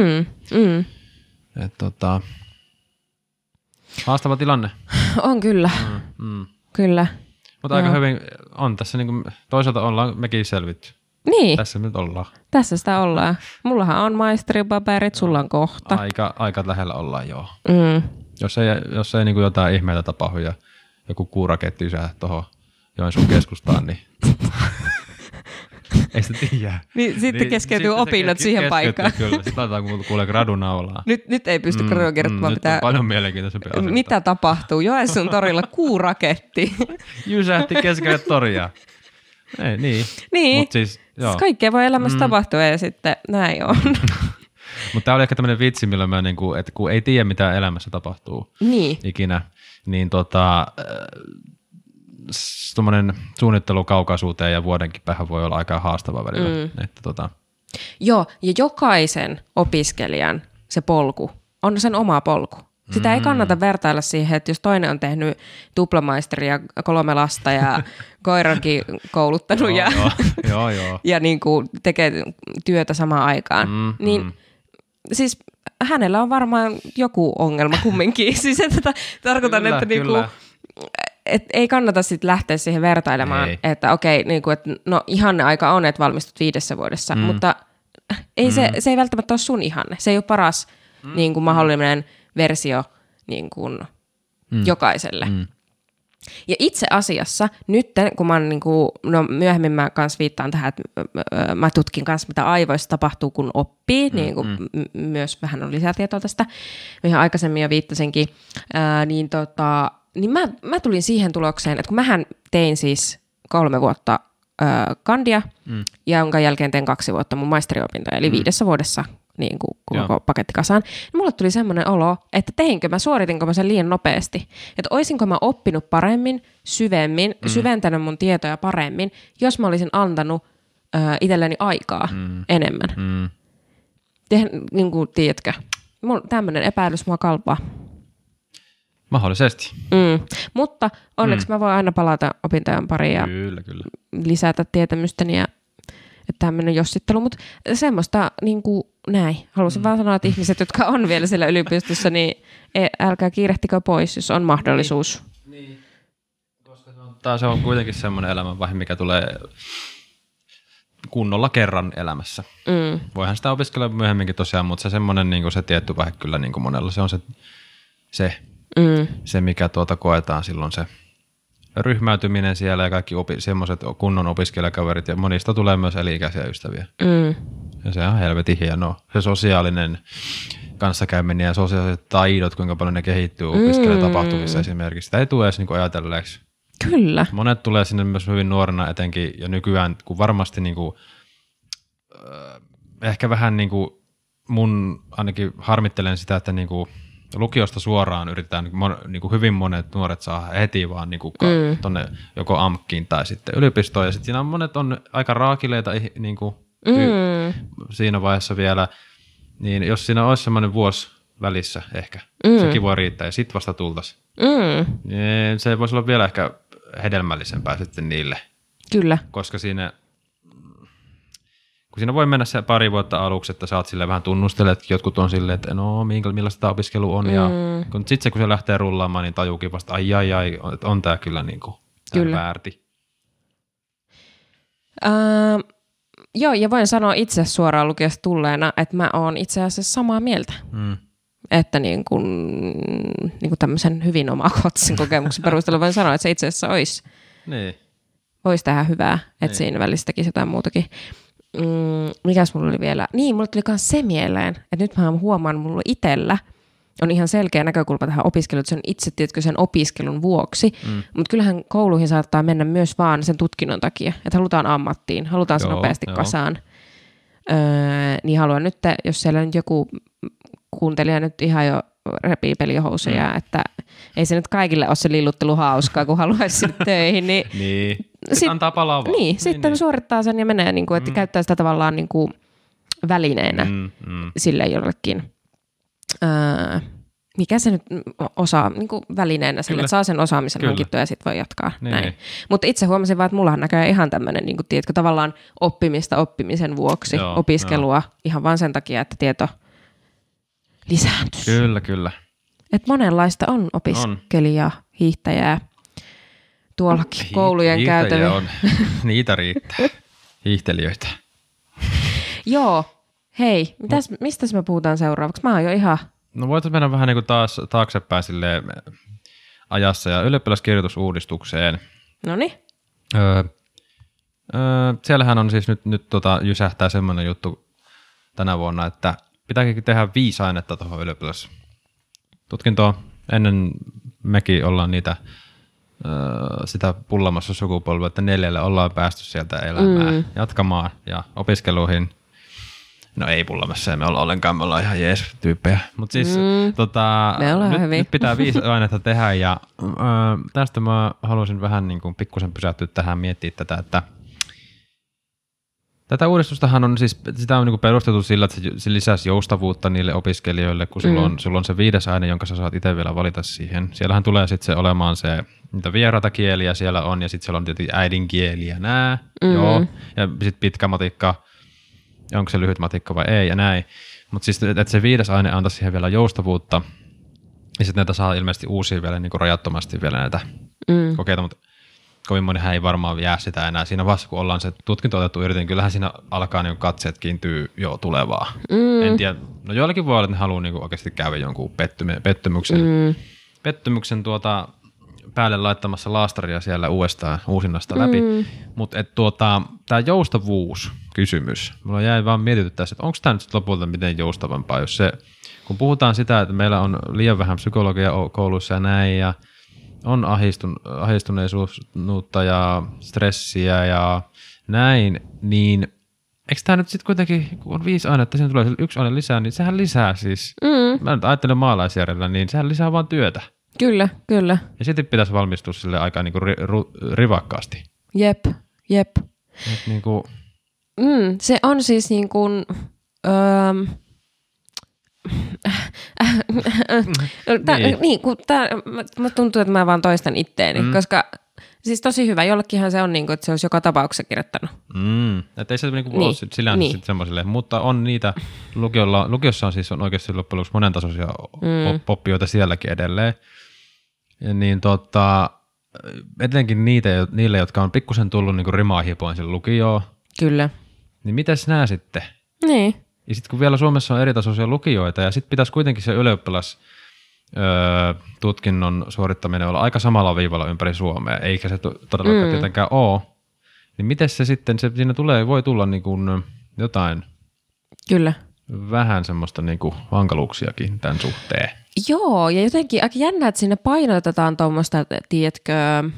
Haastava tilanne. On kyllä. Kyllä. Mutta aika hyvin on tässä niinku, toisaalta ollaan mekin selvitty. Niin. Tässä nyt ollaan. Tässä sitä ollaan. Mullahan on maisteripaperit, sulla on kohta. Aika lähellä ollaan, joo. Jos ei niin kuin jotain ihmeitä tapahdu ja joku kuuraketti ysää tuohon Joensuun keskustaan, niin ei sitä tiedä. Niin, sitten keskeytyy opinnot siihen paikkaan. Kyllä, sitten laitetaan kun kuulee gradunaulaa. Nyt ei pysty gradua kirjoittamaan. Nyt on paljon mielenkiintoisempi asioita. Mitä tapahtuu? Joensuun torilla kuuraketti. Jysähti keskelle toria. Ei, niin. Mut siis, kaikkea voi elämässä tapahtua ja sitten näin on. Mutta tämä oli ehkä tämmöinen vitsi, millä mä niinku, että kun ei tiedä mitä elämässä tapahtuu ikinä, niin tuommoinen suunnittelu kaukaisuuteen ja vuodenkin päähän voi olla aika haastava välillä. Joo, ja jokaisen opiskelijan se polku on sen oma polku. Sitä ei kannata vertailla siihen, että jos toinen on tehnyt tuplamaisteri ja 3 lasta ja koirankin kouluttanut ja niin kuin tekee työtä samaan aikaan, niin siis hänellä on varmaan joku ongelma kumminkin. Siis että tarkoitan, kyllä, että niinku, ei kannata sitten lähteä siihen vertailemaan, että okei, niinku, että no ihanne aika on, että valmistut 5 vuodessa, mutta ei se ei välttämättä ole sun ihanne. Se ei ole paras niin kuin mahdollinen versio niin kuin jokaiselle. Ja itse asiassa nyt, kun mä oon niinku, no myöhemmin mä kans viittaan tähän, että mä tutkin kanssa, mitä aivoissa tapahtuu, kun oppii, niin kuin myös vähän on lisätietoa tästä, mihin aikaisemmin jo viittasinkin, niin mä tulin siihen tulokseen, että kun mähän tein siis 3 vuotta kandia, ja jonka jälkeen tein 2 vuotta mun maisteriopintoja, eli 5 vuodessa niin kuin koko paketti kasaan, niin mulle tuli semmoinen olo, että suoritinko mä sen liian nopeasti, että oisinko mä oppinut paremmin, syvemmin, syventänyt mun tietoja paremmin, jos mä olisin antanut itselleni aikaa enemmän. Niin kuin, tiedätkö, tämmöinen epäilys mua kalpaa. Mahdollisesti. Mutta onneksi mä voin aina palata opintojen pariin ja kyllä. lisätä tietämystäni ja tämmöinen jossittelu, mutta semmoista niin kuin näin. Halusin vaan sanoa, että ihmiset, jotka on vielä siellä yliopistossa, niin älkää kiirehtikö pois, jos on mahdollisuus. Niin. Koska se on kuitenkin semmoinen elämänvaihe, mikä tulee kunnolla kerran elämässä. Voihan sitä opiskella myöhemminkin tosiaan, mutta se semmoinen niin kuin se tietty vaihe kyllä niin kuin monella, se on se mikä koetaan silloin se ryhmäytyminen siellä ja kaikki semmoiset kunnon opiskelijakaverit ja monista tulee myös eli-ikäisiä ystäviä. Ja se on helvetin hienoa. Se sosiaalinen kanssakäyminen ja sosiaaliset taidot, kuinka paljon ne kehittyy opiskelijatapahtumissa esimerkiksi. Sitä ei tule edes ajatelleeksi. Kyllä. Monet tulee sinne myös hyvin nuorena etenkin ja nykyään, kun varmasti ehkä vähän mun ainakin harmittelen sitä, että lukiosta suoraan yritetään hyvin monet nuoret saa heti vaan tonne joko AMKkiin tai sitten yliopistoon. Ja sitten siinä on monet on aika raakileita siinä vaiheessa vielä. Niin jos siinä olisi semmoinen vuosi välissä ehkä, sekin voi riittää ja sitten vasta tultaisiin. Niin se voisi olla vielä ehkä hedelmällisempää sitten niille. Kyllä. Koska siinä voi mennä se pari vuotta aluksi, että sä oot silleen vähän tunnustelet, että jotkut on silleen, että no millaista tämä opiskelu on. Ja sitten kun se lähtee rullaamaan, niin tajuukin vasta, ai, on tämä kyllä väärti. Joo, ja voin sanoa itse suoraan lukiosta tulleena, että mä oon itse asiassa samaa mieltä. Että niin kuin tämmöisen hyvin omakohtaisen kokemuksen perusteella voin sanoa, että se itse asiassa olisi tehdä hyvää, että siinä välissä tekisi jotain muutakin. Mikäs mulla oli vielä? Niin, mulla tuli myös se mieleen, että nyt mä huomaan, mulla itsellä on ihan selkeä näkökulma tähän opiskeluun, että se on itse tietysti sen opiskelun vuoksi, mutta kyllähän kouluihin saattaa mennä myös vaan sen tutkinnon takia, että halutaan ammattiin, halutaan se nopeasti kasaan. Niin haluan nyt, jos siellä nyt joku kuuntelija nyt ihan jo repii pelihousuja, että ei se nyt kaikille ole se lilluttelu hauskaa, kun haluaisi sinne töihin. Niin, sitten antaa palaa vaan. Niin, sitten suorittaa sen ja menee, niin kuin, että käyttää sitä tavallaan niin kuin välineenä sille jollekin. Mikä se nyt osaa, niin kuin välineenä sille, että saa sen osaamisen hankittua ja sitten voi jatkaa. Näin. Mutta itse huomasin vaan, että mullahan näköjään ihan tämmöinen, niin kuin, tiedätkö, tavallaan oppimisen vuoksi opiskelua ihan vaan sen takia, että tieto lisääntyisi. Kyllä. Että monenlaista on opiskelijaa, hiihtäjää, tuollakin koulujen käytävillä. On. Niitä riittää, hiihtelijöitä. Joo, hei, mistä me puhutaan seuraavaksi? Mä oon jo ihan... No voitaisiin mennä vähän niin kuin taas taaksepäin silleen ajassa ja ylioppilaskirjoitusuudistukseen. Noniin. Siellähän on siis nyt jysähtää semmoinen juttu tänä vuonna, että pitääkin tehdä 5 ainetta tuohon ylioppilastutkintoon. Ennen mekin ollaan sitä pullamassa sukupolvea, että 4 ollaan päästy sieltä elämään jatkamaan ja opiskeluihin. No ei pullamassa, ei me olla ollenkaan, me ollaan ihan jees tyyppejä. Mutta siis nyt pitää 5 ainetta tehdä ja tästä mä haluaisin vähän niin kuin pikkusen pysähtyä tähän miettiä tätä, että tätä uudistustahan on siis, sitä on niin kuin perusteltu sillä, että se lisäsi joustavuutta niille opiskelijoille, kun sulla on se 5 aine, jonka sä saat itse vielä valita siihen. Siellähän tulee sitten se olemaan niitä vieraita kieliä siellä on, ja sitten siellä on tietysti äidinkieliä, joo, ja sitten pitkä matikka, onko se lyhyt matikka vai ei, ja näin. Mutta siis, että se 5 aine antaisi siihen vielä joustavuutta, ja sitten näitä saa ilmeisesti uusia vielä niin kuin rajattomasti vielä näitä kokeita, mutta kovin monihän ei varmaan jää sitä enää. Siinä vaiheessa, kun ollaan se tutkinto otettu irti, niin kyllähän siinä alkaa niin katseet kiintyy jo tulevaa. En tiedä, no joillakin voi olla, että ne haluaa niin oikeasti käydä jonkun pettymyksen päälle laittamassa laastaria siellä uusinnasta läpi. Mutta tämä joustavuuskysymys, mulla jäi vaan mietityttää, että onko tämä nyt lopulta miten joustavampaa, jos se, kun puhutaan sitä, että meillä on liian vähän psykologia kouluissa ja näin, ja on ahdistuneisuutta ja stressiä ja näin, niin eikö tämä nyt sitten kuitenkin, kun on 5 ainetta, siinä tulee 1 aine lisää, niin sehän lisää siis, mä nyt ajattelen maalaisjärjellä, niin sehän lisää vaan työtä. Kyllä. Ja sitten pitäisi valmistua sille aika niinku rivakkaasti. Jep. Niinku... Se on siis niin kuin... Mä tuntuu, että mä vaan toistan itteeni, koska siis tosi hyvä. Jollekinhan se on niin kuin, että se olisi joka tapauksessa kirjoittanut. Että ei se ole sillänsä semmoiselle, mutta on niitä, lukiossa on siis oikeasti loppujen lopuksi monentasoisia oppijoita sielläkin edelleen. Ja niin etenkin niille, jotka on pikkusen tullut niin kuin rimaa hipoin sille lukioon. Kyllä. Niin mitäs nää sitten? Niin. Ja sitten kun vielä Suomessa on eritasoisia lukioita ja sitten pitäisi kuitenkin se ylioppilas tutkinnon suorittaminen olla aika samalla viivalla ympäri Suomea, eikä se todellakaan tietenkään ole, niin miten se sitten, siinä voi tulla niin kuin jotain Kyllä. vähän semmoista niin kuin hankaluuksiakin tämän suhteen. Joo, ja jotenkin aika jännä, että siinä painotetaan tuommoista, tiedätkö,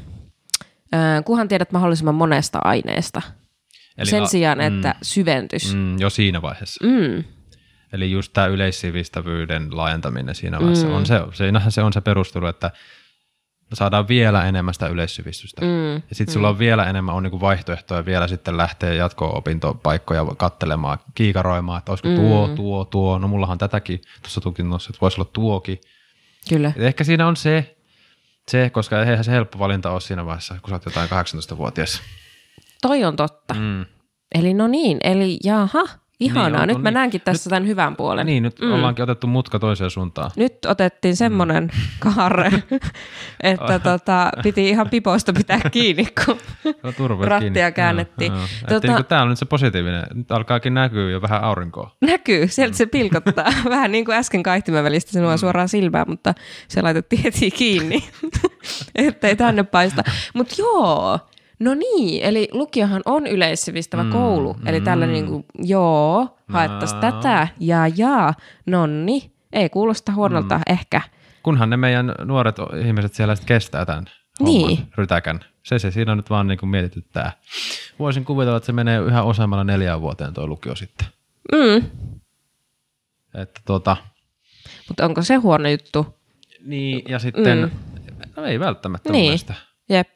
kunhan tiedät mahdollisimman monesta aineesta. Eli sen sijaan, että syventys. Jo siinä vaiheessa. Eli just tämä yleissivistävyyden laajentaminen siinä vaiheessa. Siinähän se on se perustelu, että saadaan vielä enemmän sitä yleissivistystä. Ja sitten sulla on vielä enemmän on niinku vaihtoehtoja vielä sitten lähteä jatko-opintopaikkoja katselemaan, kiikaroimaan, että olisiko tuo. No mullahan tätäkin tuossa tutkinnossa, että voisi olla tuokin. Kyllä. Et ehkä siinä on se, koska eihän se helppo valinta ole siinä vaiheessa, kun sä oot jotain 18-vuotias. Toi on totta. Eli no niin, eli jaha, ihanaa. Nyt mä näenkin tässä tämän hyvän puolen. Niin, nyt ollaankin otettu mutka toiseen suuntaan. Nyt otettiin semmoinen kaarre, että piti ihan pipoista pitää kiinni, kun rattia käännettiin. Niin täällä on nyt se positiivinen. Nyt alkaakin näkyy jo vähän aurinkoa. Näkyy, sieltä se pilkottaa. Vähän niin kuin äsken kaihtimen välistä sinua suoraan silmään, mutta se laitettiin heti kiinni, ettei tänne paista. Mutta joo. No niin, eli lukiohan on yleissivistävä koulu, eli tällä niinku, haettaisiin tätä, nonni, ei kuulosta huonolta ehkä. Kunhan ne meidän nuoret ihmiset siellä sitten kestää tämän homman rytäkän. Se siinä on nyt vaan niinku mietityttää. Voisin kuvitella, että se menee yhä useammalla 4 vuoteen tuo lukio sitten. Että Mutta onko se huono juttu? Niin, ja sitten, no ei välttämättä mun mielestä. Jep.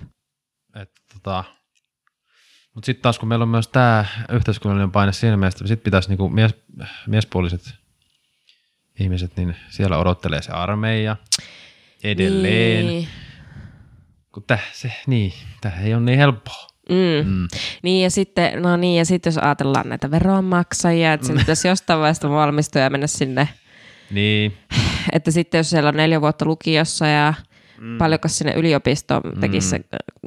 Mutta sitten taas kun meillä on myös tämä yhteiskunnallinen paine siinä mielessä, sitten pitäisi niinku miespuoliset ihmiset, niin siellä odottelee se armeija edelleen. Niin. Kun tämä ei ole niin helppoa. Niin ja sitten jos ajatellaan näitä veronmaksajia, että se pitäisi jostain vaiheesta valmistua ja mennä sinne. Niin. Että sitten jos siellä on 4 vuotta lukiossa ja paljonko sinne yliopistoon tekisi se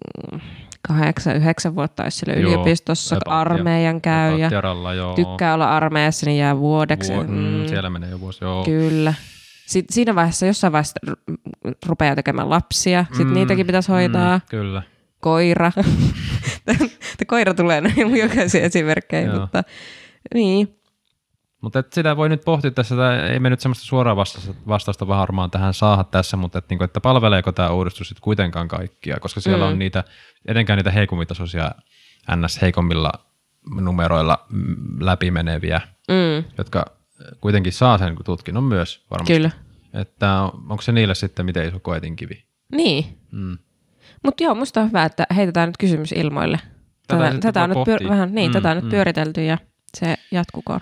8-9 vuotta olisi siellä yliopistossa, armeijan käy ja tykkää olla armeijassa, niin jää vuodeksi. Siellä menee jo vuosi, joo. Kyllä. Sitten siinä vaiheessa, jossain vaiheessa rupeaa tekemään lapsia, sitten niitäkin pitäisi hoitaa. Kyllä. Koira. Koira tulee näin jokaisia esimerkkejä, mutta niin. Mutta sitä voi nyt pohtia tässä, ei me nyt semmoista suoraa vastausta varmaan tähän saada tässä, mutta että palveleeko tämä uudistus sitten kuitenkaan kaikkia, koska siellä on etenkään niitä heikommitasoisia NS-heikommilla numeroilla läpimeneviä, jotka kuitenkin saa sen tutkinnon myös varmasti. Kyllä. Että onko se niille sitten miten iso koetinkivi? Niin. Mutta joo, musta on hyvä, että heitetään nyt kysymys ilmoille. Tätä on nyt tätä on nyt pyöritelty ja se jatkukoon.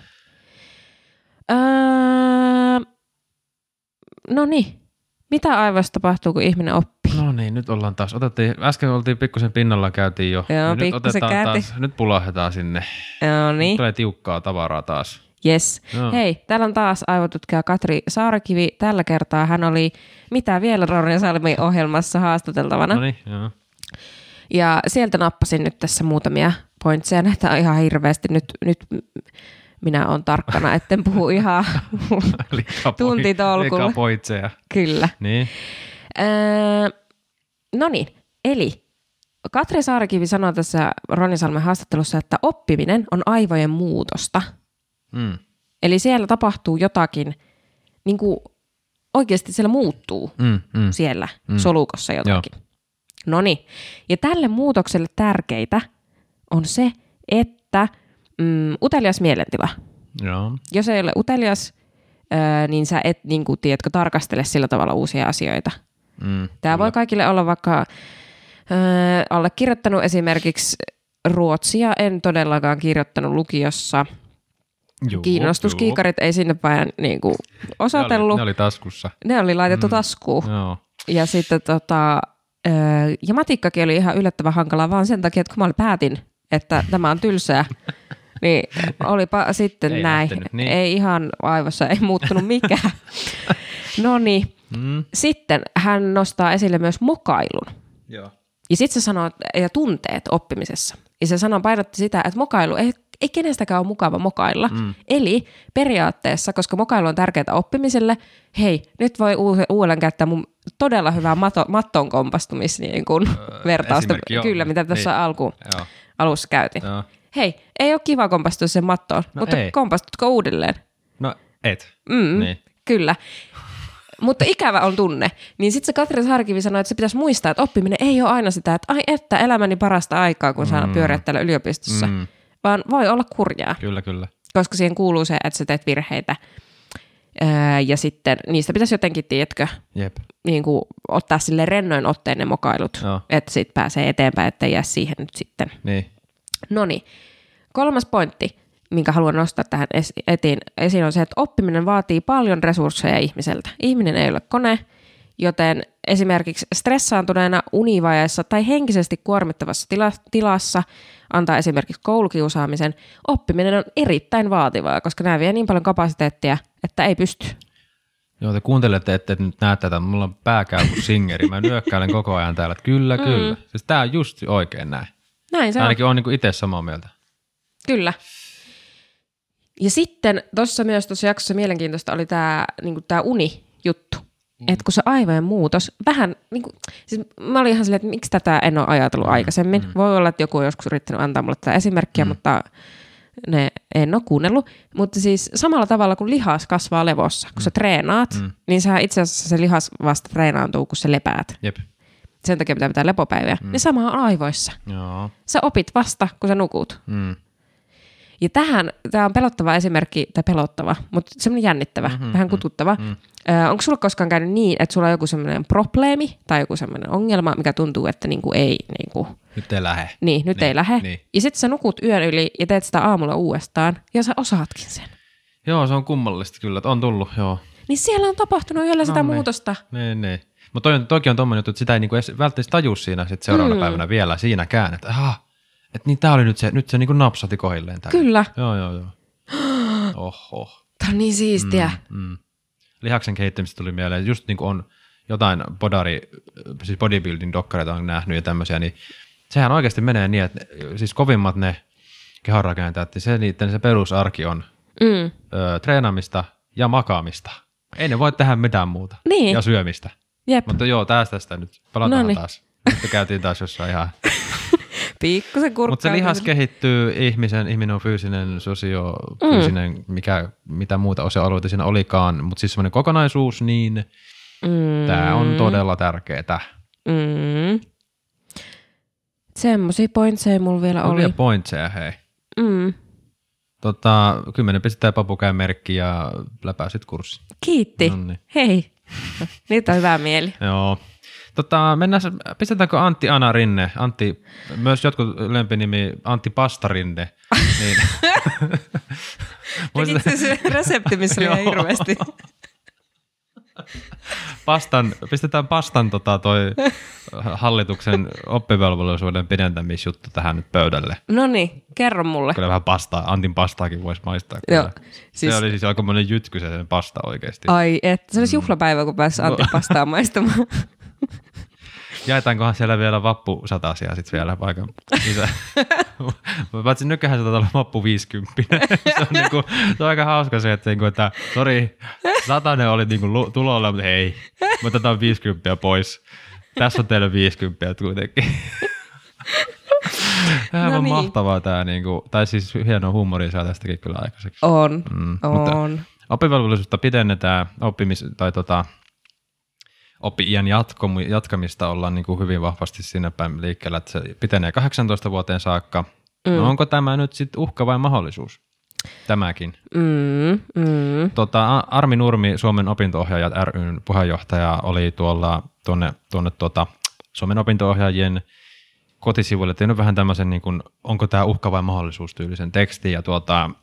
No niin. Mitä aivoissa tapahtuu, kun ihminen oppii? No niin, nyt ollaan taas. Äsken oltiin pikkusen pinnalla, käytiin jo. Joo, nyt otetaan taas. Nyt pulahdetaan sinne. No niin. Nyt tulee tiukkaa tavaraa taas. Yes. No. Hei, täällä on taas aivotutkija Katri Saarakivi. Tällä kertaa hän oli Mitä vielä Ronja Salmi ohjelmassa haastateltavana. No niin, joo. Ja sieltä nappasin nyt tässä muutamia pointseja. Näitä on ihan hirveästi. Nyt minä olen tarkkana, etten puhu ihan tuntitolkulla. Liikaa pointseja. Kyllä. Niin. No niin, eli Katri Saarikivi sanoi tässä Ronja Salmen haastattelussa, että oppiminen on aivojen muutosta. Eli siellä tapahtuu jotakin, niin kuin oikeasti siellä muuttuu siellä solukossa jotakin. Noniin. Ja tälle muutokselle tärkeitä on se, että utelias mielentila. Joo. Jos ei ole utelias, niin sä et niin kuin, tiedätkö, tarkastele sillä tavalla uusia asioita. Tämä voi kaikille olla vaikka allekirjoittanut esimerkiksi ruotsia. En todellakaan kirjoittanut lukiossa. Kiinnostuskiikarit ei sinne päin niin kuin, osoitellut. Ne oli taskussa. Ne oli laitettu taskuun. Joo. Ja sitten ja matikkakin oli ihan yllättävän hankalaa vaan sen takia, että kun mä päätin, että tämä on tylsää, niin olipa sitten ei näin. Lähtenyt, niin. Ei ihan aivossa, ei muuttunut mikään. No niin. Sitten hän nostaa esille myös mokailun. Joo. Ja sitten se sanoo, ja tunteet oppimisessa. Ja se painotti sitä, että mokailu ei kenestäkään ole mukava mokailla. Eli periaatteessa, koska mokailu on tärkeää oppimiselle, hei, nyt voi uudelleen käyttää mun todella hyvää mattoon kompastumis niin kuin vertausta. Kyllä, mitä tuossa alussa käytin. Joo. Hei, ei ole kiva kompastua sen mattoon, mutta kompastutko uudelleen? No et. Niin. Kyllä. Mutta ikävä on tunne. Niin sitten se Katri Saarikivi sanoi, että se pitäisi muistaa, että oppiminen ei ole aina sitä, että ai että elämäni parasta aikaa, kun saan pyöriä täällä yliopistossa. Vaan voi olla kurjaa. Kyllä. Koska siihen kuuluu se, että sä teet virheitä. Ja sitten niistä pitäisi jotenkin, tiedätkö, niin kuin ottaa sille rennoin otteen ne mokailut. Että sit pääsee eteenpäin, ettei jää siihen nyt sitten. Niin. Noniin. 3. pointti, minkä haluan nostaa tähän esiin, on se, että oppiminen vaatii paljon resursseja ihmiseltä. Ihminen ei ole kone, joten esimerkiksi stressaantuneena univajeessa tai henkisesti kuormittavassa tilassa antaa esimerkiksi koulukiusaamisen. Oppiminen on erittäin vaativaa, koska nämä vie niin paljon kapasiteettia, että ei pysty. Joo, te kuuntelette, että nyt näette tätä, mulla on pää käy kuin singeri. Mä nyökkäilen koko ajan täällä, että kyllä. Siis tää on just oikein näin. Näin se on. Ainakin on niin kuin itse samaa mieltä. Kyllä. Ja sitten tuossa jaksossa mielenkiintoista oli tämä niin uni-juttu. Että kun se aivojen muutos, vähän, niin kuin, siis mä olin ihan silleen, että miksi tätä en ole ajatellut aikaisemmin. Voi olla, että joku on joskus yrittänyt antaa mulle tätä esimerkkiä, mutta en ole kuunnellut. Mutta siis samalla tavalla kuin lihas kasvaa levossa, kun sä treenaat, niin sä itse asiassa se lihas vasta treenaantuu, kun sä lepäät. Jep. Sen takia pitää lepopäiviä. Niin sama on aivoissa. Joo. Sä opit vasta, kun sä nukut. Ja tämä on pelottava esimerkki, tai pelottava, mutta semmoinen jännittävä, vähän kututtava. Onko sulla koskaan käynyt niin, että sulla on joku semmoinen probleemi tai joku semmoinen ongelma, mikä tuntuu, että niinku ei... Niinku, nyt ei lähe. Niin, nyt ei lähe. Niin. Ja sitten sä nukut yön yli ja teet sitä aamulla uudestaan, ja sä osaatkin sen. Joo, se on kummallista kyllä, että on tullut, joo. Niin siellä on tapahtunut yöllä sitä muutosta. Niin. Mutta toki on tommoinen juttu, että sitä ei niinku välttämättä tajua siinä sit seuraavana päivänä vielä siinäkään, että että niin tää oli nyt se niinku napsati kohilleen täällä. Kyllä. Joo. Oho. Tää on niin siistiä. Lihaksen kehittämistä tuli mieleen, just niin kuin on jotain siis bodybuilding-dokkareita on nähnyt ja tämmöisiä, niin sehän oikeasti menee niin, että siis kovimmat ne kehonrakentajat, niin se perusarki on treenaamista ja makaamista. Ei ne voi tehdä mitään muuta. Niin. Ja syömistä. Jep. Mutta joo, tästä nyt. Palataan taas. Nyt käytiin taas jossain ihan... Pikkusen kurkkaa. Mutta se lihas kehittyy, ihminen on fyysinen, fyysinen, mitä muuta osa-alueita siinä olikaan, mutta siis semmoinen kokonaisuus, niin tämä on todella tärkeetä. Semmoisia pointseja mulla vielä oli. Vielä pointseja, hei. 10 pistettä ja papu käy merkki ja läpäisit kurssi. Kiitti. Noniin. Hei. Nyt on hyvä mieli. Joo. Pistetäänkö Antti Ana Rinne? Myös jotkut lempinimi Antti Pasta Rinne. Niin. Tekikö se resepti, missä oli ihan hirveästi? Pistetään pastan toi hallituksen oppivelvollisuuden pidentämisjuttu tähän nyt pöydälle. Noniin, kerro mulle. Kyllä vähän pastaa, Antin pastaakin voisi maistaa. Joo, se oli siis aikamoinen jytky sen pasta oikeasti. Ai se olisi juhlapäivä, kun pääsi Antin pastaa maistamaan. Jaetaankohan siellä vielä vappusatasia sitten vielä paikan isä. Paitsi nykyään se olla vappu 50. Se on aika hauska se, että sori, 100 oli tulolla, mutta hei, me otetaan 50 pois. Tässä on teille 50 kuitenkin. Tämä on mahtavaa tämä, niinku, tai siis hienoa huumoria saa tästäkin kyllä aikaiseksi. On. Oppivelvollisuutta pidennetään, oppi-iän jatkamista ollaan niinku hyvin vahvasti siinä päin liikkeellä, että se pitenee 18 vuoteen saakka. No onko tämä nyt sitten uhka vai mahdollisuus? Tämäkin. Armi Nurmi, Suomen opinto-ohjaajat ry:n puheenjohtaja, oli tuonne Suomen opinto-ohjaajien kotisivuille tehnyt vähän tämmöisen, niin kuin, onko tämä uhka vai mahdollisuus -tyylisen tekstin, ja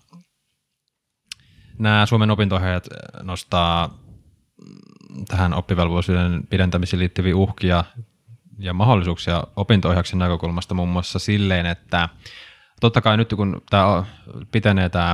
nämä Suomen opinto-ohjaajat nostaa tähän oppivelvollisuuden pidentämiseen liittyviä uhkia ja mahdollisuuksia opinto-ohjauksen näkökulmasta muun muassa silleen, että totta kai nyt kun tämä pitenee tämä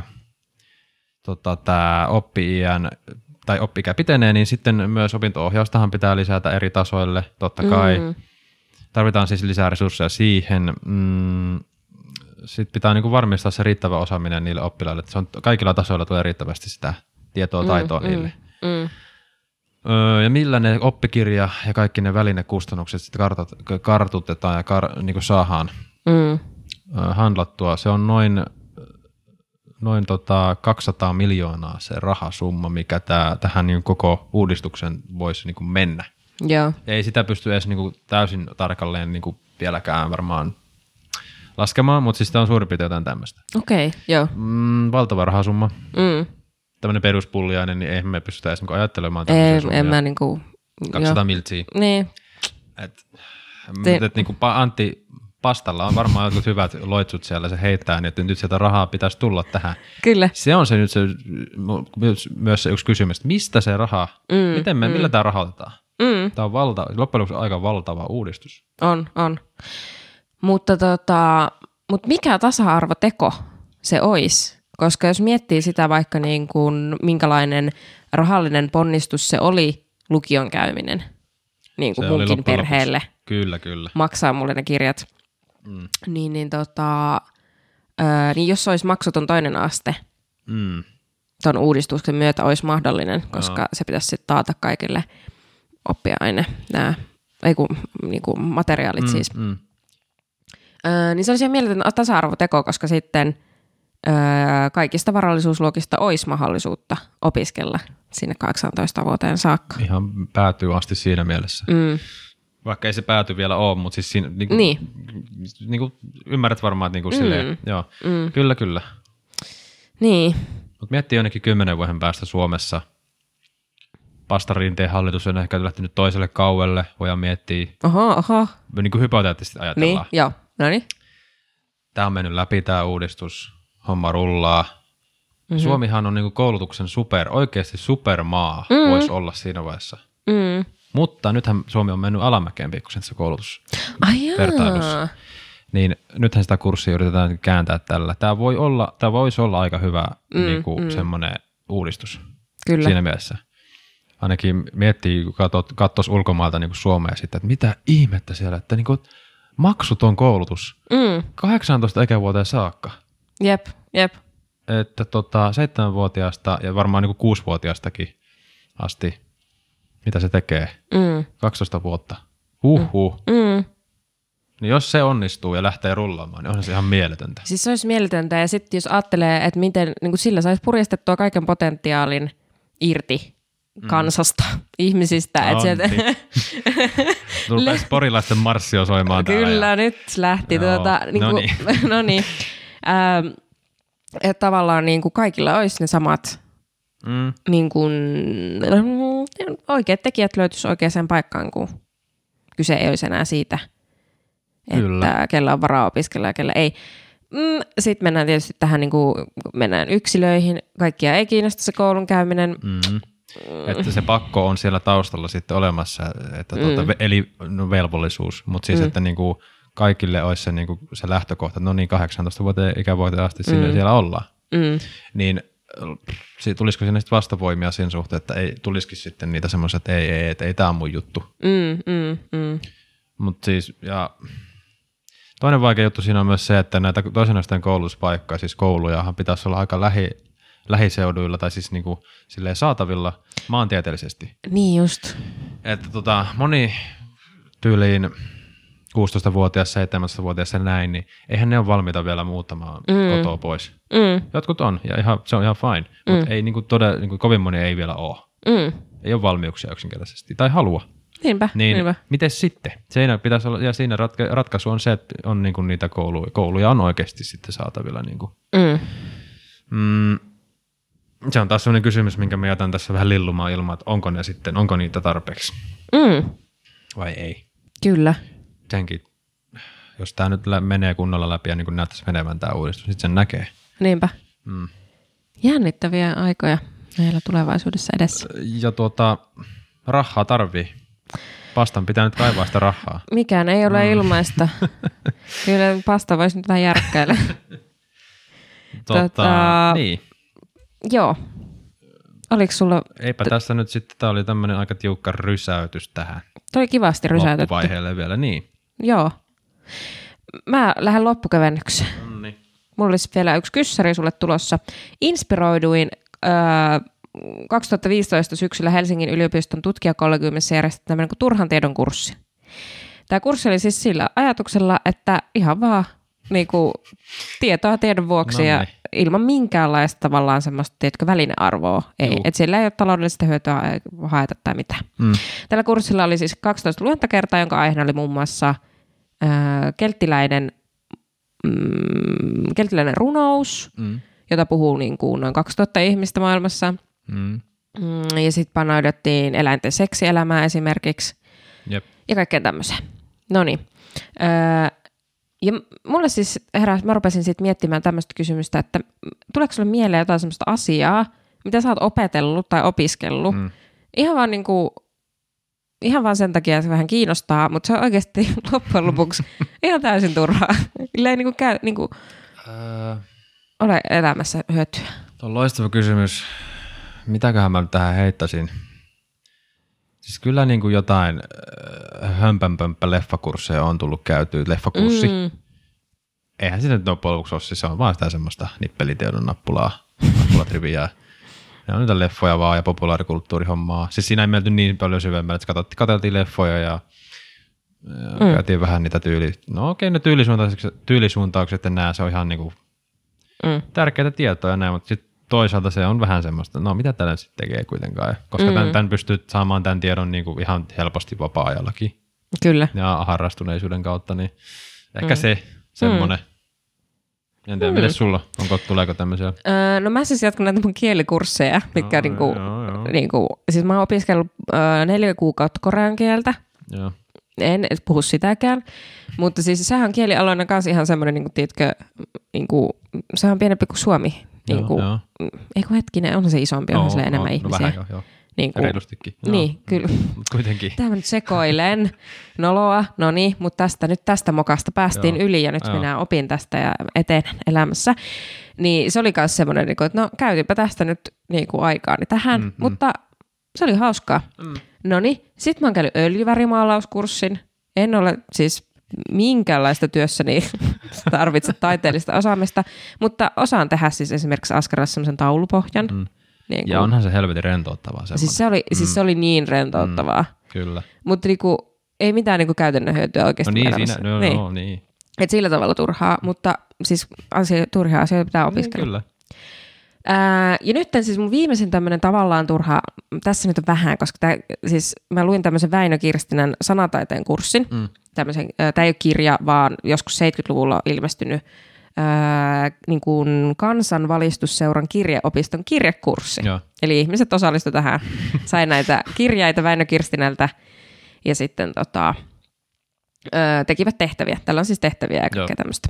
oppi-ikä pitenee, niin sitten myös opinto-ohjaustahan pitää lisätä eri tasoille, totta kai. Tarvitaan siis lisää resursseja siihen. Sitten pitää niinku varmistaa se riittävä osaaminen niille oppilaille, että se on, kaikilla tasoilla tulee riittävästi sitä tietoa, taitoa niille. Ja millä ne oppikirja ja kaikki ne välinekustannukset sitten kartutetaan ja niinku saadaan handlattua. Se on noin 200 miljoonaa se rahasumma, mikä tähän niin koko uudistuksen voisi niin mennä. Joo. Ei sitä pysty edes niin täysin tarkalleen niin vieläkään varmaan laskemaan, mutta siis tämä on suurin piirtein jotain tämmöistä. Okei, joo. Valtava rahasumma. Tämmöinen peruspulliainen, niin eihän me pystytä edes ajattelemaan tämmöisiä summia. En mä niinku... 200 miltsiä. Niin. Niinku Antti Pastalla on varmaan jotkut hyvät loitsut siellä, se heittää, niin että nyt sieltä rahaa pitäisi tulla tähän. Kyllä. Se on se nyt myös se yksi kysymys, että mistä se raha, millä tämä rahoitetaan? Tämä on loppujen lopuksi aika valtava uudistus. On. Mutta mikä tasa-arvoteko se olisi? Koska jos miettii sitä vaikka niin kuin, minkälainen rahallinen ponnistus se oli lukion käyminen, niin kuin munkin perheelle. Kyllä. Maksaa mulle ne kirjat. Niin jos olisi maksuton toinen aste, ton uudistuksen myötä olisi mahdollinen, koska se pitäisi sitten taata kaikille oppiaine, niinku materiaalit siis. Niin se olisi ihan mieletön tasa-arvoteko, koska sitten kaikista varallisuusluokista olisi mahdollisuutta opiskella sinne 18 vuoteen saakka. Ihan päätyy asti siinä mielessä. Vaikka ei se pääty vielä ole, mutta siis siinä, niin ymmärrät varmaan, että silleen, joo, kyllä. Niin. Mutta miettii jonnekin 10 vuoden päästä Suomessa. Pasta Rinteen hallitus on ehkä lähtenyt toiselle kauelle, voidaan miettiä. Oho. Niin kuin hypoteettisesti ajatellaan. Niin, joo, no niin. Tämä on mennyt läpi, tämä uudistus, homma rullaa. Suomihan on niin kuin koulutuksen oikeasti supermaa, voisi olla siinä vaiheessa. Mutta nythän Suomi on mennyt alamäkeen pikkusen tässä koulutusvertailussa. Niin nythän sitä kurssia yritetään kääntää tällä. Tämä voisi olla aika hyvä semmoinen uudistus. Kyllä. Siinä mielessä. Ainakin miettii, kun katsoisi ulkomailta niin Suomea sitten, että mitä ihmettä siellä, että niin maksuton koulutus 18 ikävuoteen saakka. Jep. Että 7-vuotiaasta ja varmaan niin 6-vuotiaastakin asti, mitä se tekee? 12 vuotta. Niin jos se onnistuu ja lähtee rullaamaan, niin onhan se ihan mieletöntä. Siis se olisi mieletöntä, ja sitten jos ajattelee, että miten niin sillä saisi purjestettua kaiken potentiaalin irti kansasta, ihmisistä. Rupesi porilaisten marssio soimaan täällä. Kyllä, nyt lähti. No niin. Että tavallaan niin kuin kaikilla olisi ne samat niin kuin, oikeat tekijät löytyisi oikeaan paikkaan, kun kyse ei olisi enää siitä, että kellä on varaa opiskella ja kellä ei. Sitten mennään tietysti tähän, niin kuin, mennään yksilöihin. Kaikkia ei kiinnosta se koulun käyminen. Että se pakko on siellä taustalla sitten olemassa, että eli velvollisuus, mutta siis, että niin kuin kaikille olisi se, niin kuin se lähtökohta, että no niin 18 vuoteen ikävuoteen asti siellä ollaan. Niin tulisiko siinä sitten vastavoimia siinä suhteen, että ei tulisikin sitten niitä semmoisia, että ei tämä on mun juttu. Mutta siis, ja toinen vaikea juttu siinä on myös se, että näitä toisen asteen koulutuspaikkoja, siis koulujahan pitäisi olla aika lähiseuduilla tai siis niinku silleen saatavilla maantieteellisesti. Niin just. Että moni tyyliin 16-vuotias, 17-vuotias ja näin, niin eihän ne ole valmiita vielä muuttamaan kotoa pois. Jotkut on, ja se on ihan fine, mutta ei niinku kovin moni ei vielä ole. Ei ole valmiuksia yksinkertaisesti, tai halua. Niinpä. Miten sitten? Siinä pitäisi olla, ja siinä ratkaisu on se, että on niinku niitä kouluja on oikeasti sitten saatavilla. Niinku. Se on taas sellainen kysymys, minkä mä jätän tässä vähän lillumaan ilman, että onko niitä tarpeeksi vai ei. Kyllä. Senkin, jos tämä nyt menee kunnolla läpi ja niin kuin näyttäisi menevän tämä uudistus, sitten sen näkee. Niinpä. Jännittäviä aikoja meillä tulevaisuudessa edessä. Ja rahaa tarvii. Pastan pitää nyt kaivaa sitä rahaa. Mikään ei ole ilmaista. Kyllä pasta voisi nyt vähän järkkäillä. Niin. Joo. Oliko sulla... Eipä tässä nyt sitten, tämä oli tämmöinen aika tiukka rysäytys tähän. Toi oli kivasti rysäytetty. Loppuvaiheelle vielä, niin. Joo. Mä lähden loppukevennykseen. Noniin. Mulla olisi vielä yksi kyssäri sulle tulossa. Inspiroiduin 2015 syksyllä Helsingin yliopiston tutkijakollegiumissa järjestetty tämmöinen kuin turhan tiedon kurssi. Tämä kurssi oli siis sillä ajatuksella, että ihan vaan niinku, tietoa tiedon vuoksi ja ilman minkäänlaista tavallaan semmoista, tiedätkö, välinearvoa. Että sillä ei ole taloudellista hyötyä haeta tai mitään. Tällä kurssilla oli siis 12 luentakertaa, jonka aiheena oli muun muassa kelttiläinen runous, jota puhuu niin kuin noin 2000 ihmistä maailmassa. Ja sitten panoidettiin eläinten seksielämää esimerkiksi. Jep. Ja kaikkea tämmöiseen. Noniin. Ja mulle siis mä rupesin sitten miettimään tämmöistä kysymystä, että tuleeko sulle mieleen jotain semmoista asiaa, mitä sä oot opetellut tai opiskellut, ihan vaan sen takia, että se vähän kiinnostaa, mutta se on oikeasti loppujen lopuksi ihan täysin turhaa. Ei ole elämässä hyötyä. Tuo on loistava kysymys. Mitäköhän mä tähän heittäisin? Siis kyllä niin kuin jotain hömpänpömppä leffakursseja on tullut käytyä, leffakurssi. Eihän sitä nyt loppujen lopuksi ole, siis se on vaan sitä semmoista nippelitiedon nappulatriviaa. Ne on niitä leffoja vaan ja populaarikulttuurihommaa. Siis siinä ei menty niin paljon syvemmälle, että katseltiin leffoja ja käytiin vähän niitä ne tyylisuuntaukset ja nää, se on ihan niinku tärkeitä tietoja ja näin, mutta sitten toisaalta se on vähän semmoista, no mitä tällä sitten tekee kuitenkaan, koska tämän pystyy saamaan tämän tiedon niinku ihan helposti vapaa-ajallakin. Kyllä. Ja harrastuneisuuden kautta, niin ehkä se semmoinen. En tiedä, miten sulla? Tuleeko tämmöisiä? No mä siis jatkan näitä mun kielikursseja, mitkä siis mä oon opiskellut 4 kuukautta korean kieltä. Joo. En puhu sitäkään, mutta siis sehän on kielialoina kanssa ihan semmoinen, tiedätkö, sehän on pienempi kuin Suomi. Eikö hetkinen, on se isompi, onhan sille enemmän ihmisiä. No vähän joo. Reilustikin. Niin, kyllä. Mut kuitenkin. Tämä nyt sekoilen. Noloa, no niin, mutta tästä mokasta päästiin yli ja nyt minä opin tästä ja etenen elämässä. Niin se oli myös semmoinen, että no käytinpä tästä nyt aikaani tähän, mutta se oli hauskaa. No niin, sitten mä oon käynyt öljyvärimaalauskurssin. En ole siis minkäänlaista työssäni tarvitse taiteellista osaamista, mutta osaan tehdä siis esimerkiksi askaralla semmoisen taulupohjan. Ja onhan se helvetin rentouttavaa. Siis se oli niin rentouttavaa. Kyllä. Mutta ei mitään käytännön hyötyä oikeasti. Niin. Et sillä tavalla turhaa, mutta siis turhia asioita pitää opiskella. Kyllä. Ja nyt siis mun viimeisin tämmöinen tavallaan turha, tässä nyt on vähän, koska siis mä luin tämmöisen Väinö Kirstinän sanataiteen kurssin. Tämä ei ole kirja, vaan joskus 70-luvulla ilmestynyt niin kuin kansanvalistusseuran kirjeopiston kirjekurssi. Joo. Eli ihmiset osallistuivat tähän, sai näitä kirjaita Väinö Kirstinältä ja sitten tekivät tehtäviä. Tällä on siis tehtäviä ja kaikkea tämmöistä.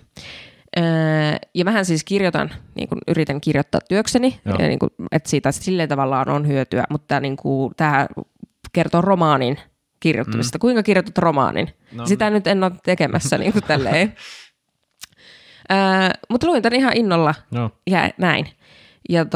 Ja mähän siis yritän kirjoittaa työkseni, ja että siitä silleen tavallaan on hyötyä, mutta tämä kertoo romaanin kirjoittamisesta. Kuinka kirjoitat romaanin? No, sitä nyt en ole tekemässä tälleen. Mutta luin tämän ihan innolla ja näin. Ja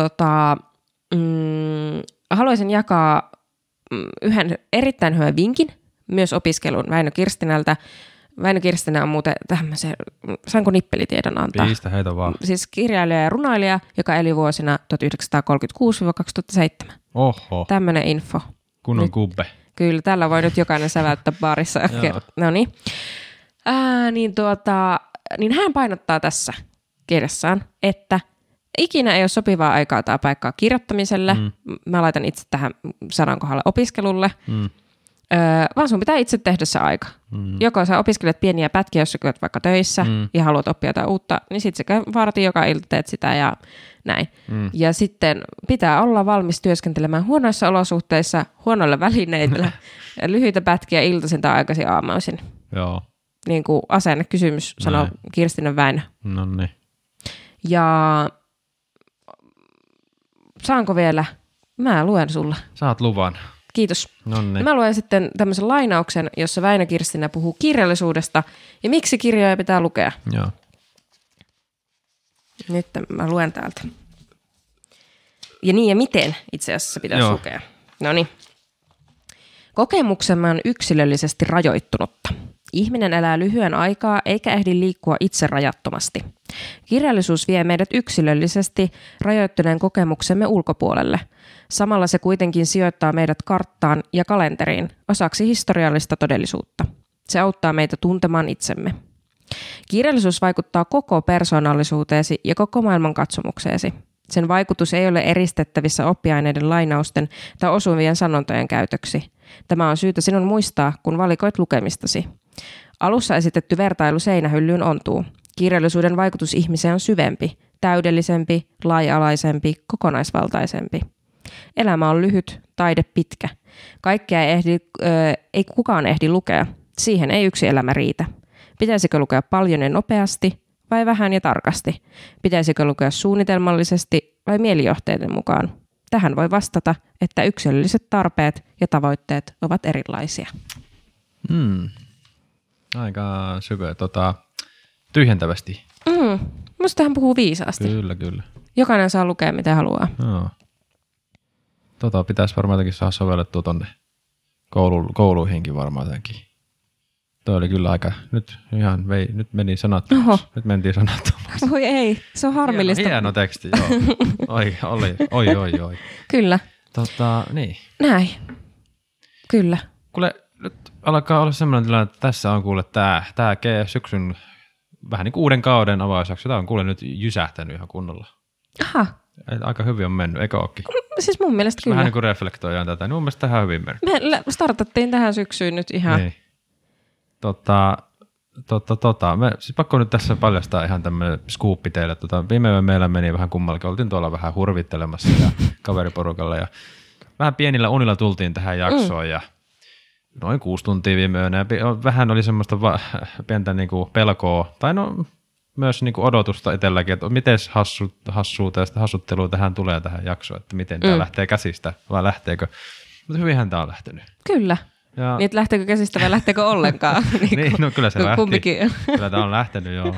haluaisin jakaa yhden erittäin hyvän vinkin myös opiskelun Väinö Kirstinältä. Väinö Kirstinä on muuten tämmöisen, saanko nippelitiedon antaa? Pistä heitä vaan. Siis kirjailija ja runoilija, joka eli vuosina 1936-2007. Oho. Tämmöinen info. Kunnon kubbe. Kyllä, tällä voi nyt jokainen säväyttää baarissa. No niin. Niin hän painottaa tässä kirjassaan, että ikinä ei ole sopivaa aikaa tai paikkaa kirjoittamiselle. Mä laitan itse tähän sanan kohdalle opiskelulle. Vaan sun pitää itse tehdä se aika. Joko sä opiskelet pieniä pätkiä, jos sä olet vaikka töissä ja haluat oppia jotain uutta, niin sit sä vaatii joka ilta teet sitä ja näin. Ja sitten pitää olla valmis työskentelemään huonoissa olosuhteissa, huonoilla välineillä, lyhyitä pätkiä iltaisin tai aikaisin aamuisin. Joo. Niin kuin asennekysymys, sanoo Kirstiina Väinö. No niin. Ja saanko vielä? Mä luen sulle. Saat luvan. Kiitos. Noniin. Mä luen sitten tämmöisen lainauksen, jossa Väinö Kirstinä puhuu kirjallisuudesta ja miksi kirjoja pitää lukea. Joo. Nyt mä luen täältä. Ja niin ja miten itse asiassa pitäisi lukea. Noniin. Kokemuksemme on yksilöllisesti rajoittunutta. Ihminen elää lyhyen aikaa eikä ehdi liikkua itse rajattomasti. Kirjallisuus vie meidät yksilöllisesti rajoittuneen kokemuksemme ulkopuolelle. Samalla se kuitenkin sijoittaa meidät karttaan ja kalenteriin, osaksi historiallista todellisuutta. Se auttaa meitä tuntemaan itsemme. Kirjallisuus vaikuttaa koko persoonallisuuteesi ja koko maailmankatsomukseesi. Sen vaikutus ei ole eristettävissä oppiaineiden lainausten tai osuvien sanontojen käytöksi. Tämä on syytä sinun muistaa, kun valikoit lukemistasi. Alussa esitetty vertailu seinähyllyyn ontuu. Kirjallisuuden vaikutus ihmiseen on syvempi, täydellisempi, laaja-alaisempi, kokonaisvaltaisempi. Elämä on lyhyt, taide pitkä. Kaikkea ei kukaan ehdi lukea. Siihen ei yksi elämä riitä. Pitäisikö lukea paljon ja nopeasti vai vähän ja tarkasti? Pitäisikö lukea suunnitelmallisesti vai mielijohteiden mukaan? Tähän voi vastata, että yksilölliset tarpeet ja tavoitteet ovat erilaisia. Aika syvä, tyhjentävästi. Musta hän puhuu viisaasti. Kyllä. Jokainen saa lukea mitä haluaa. Joo. Pitäisi varmaan jotenkin saada sovellettua tonne kouluihinkin varmaan jotenkin. Toi oli kyllä aika, nyt meni sanattomaksi. Nyt mentiin sanattomaksi. Voi ei, se on harmillista. Hieno teksti, joo. Oi. Kyllä. Niin. Näin. Kyllä. Kuule, nyt alkaa olla semmoinen tilanne, että tässä on kuule tää syksyn vähän niin kuin uuden kauden avausjakso. Tää on kuule nyt jysähtänyt ihan kunnolla. Aha. Aika hyvin on mennyt, eikö ookin? Siis mun mielestä kyllä. Vähän niin kuin reflektoidaan tätä, niin mun mielestä tähän hyvin mennyt. Me startattiin tähän syksyyn nyt ihan. Niin. Me, siis pakko nyt tässä paljastaa ihan tämmöinen skuuppi teille. Viime yön meillä meni vähän kummallakin. Oltiin tuolla vähän hurvittelemassa ja kaveriporukalla. Ja vähän pienillä unilla tultiin tähän jaksoon ja noin 6 tuntia viime yönä. Ja vähän oli semmoista pientä niinku pelkoa, tai myös niinku odotusta itselläkin, että miten hassuutta ja sitä hassuttelua tähän tulee tähän jaksoon, että miten tämä lähtee käsistä vai lähteekö. Mutta hyvinhän tämä on lähtenyt. Kyllä. Ja niin, että lähteekö käsistä vai lähteekö ollenkaan? Niin, no kyllä se lähti. Kumpikin. Kyllä tämä on lähtenyt, joo.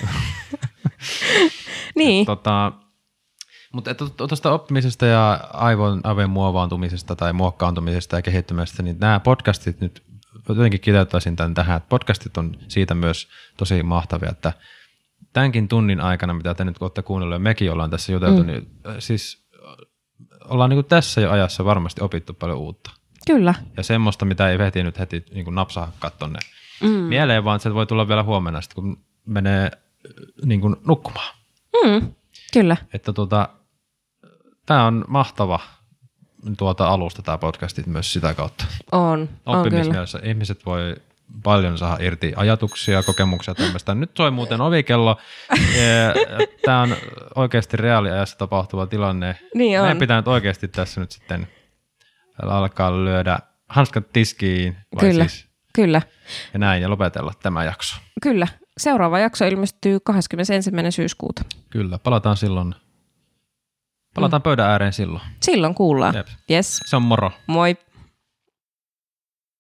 Niin. Mutta tuosta oppimisesta ja aivojen muovaantumisesta tai muokkaantumisesta ja kehittymisestä, niin nämä podcastit nyt, jotenkin kiteyttäisin tämän tähän, että podcastit on siitä myös tosi mahtavia, että tämänkin tunnin aikana, mitä te nyt olette kuunnelleet ja mekin ollaan tässä juteltu, niin siis ollaan niin kuin tässä jo ajassa varmasti opittu paljon uutta. Kyllä. Ja semmoista, mitä ei nyt heti niin kuin napsahakkaa tonne mieleen, vaan se voi tulla vielä huomenna, sit, kun menee niin kuin nukkumaan. Kyllä. Että tämä on mahtava alusta tämä podcastit myös sitä kautta. On oppimismielessä ihmiset voi paljon saada irti ajatuksia, kokemuksia tämmöistä. Nyt soi muuten ovikello. Tämä on oikeasti reaaliajassa tapahtuva tilanne. Niin on. Meidän pitää nyt oikeasti tässä nyt sitten alkaa lyödä hanskat tiskiin. Kyllä, siis, kyllä. Ja näin, ja lopetella tämä jakso. Kyllä. Seuraava jakso ilmestyy 21. syyskuuta. Kyllä, palataan silloin. Palataan pöydän ääreen silloin. Silloin kuullaan. Jep. Yes. Se on moro. Moi.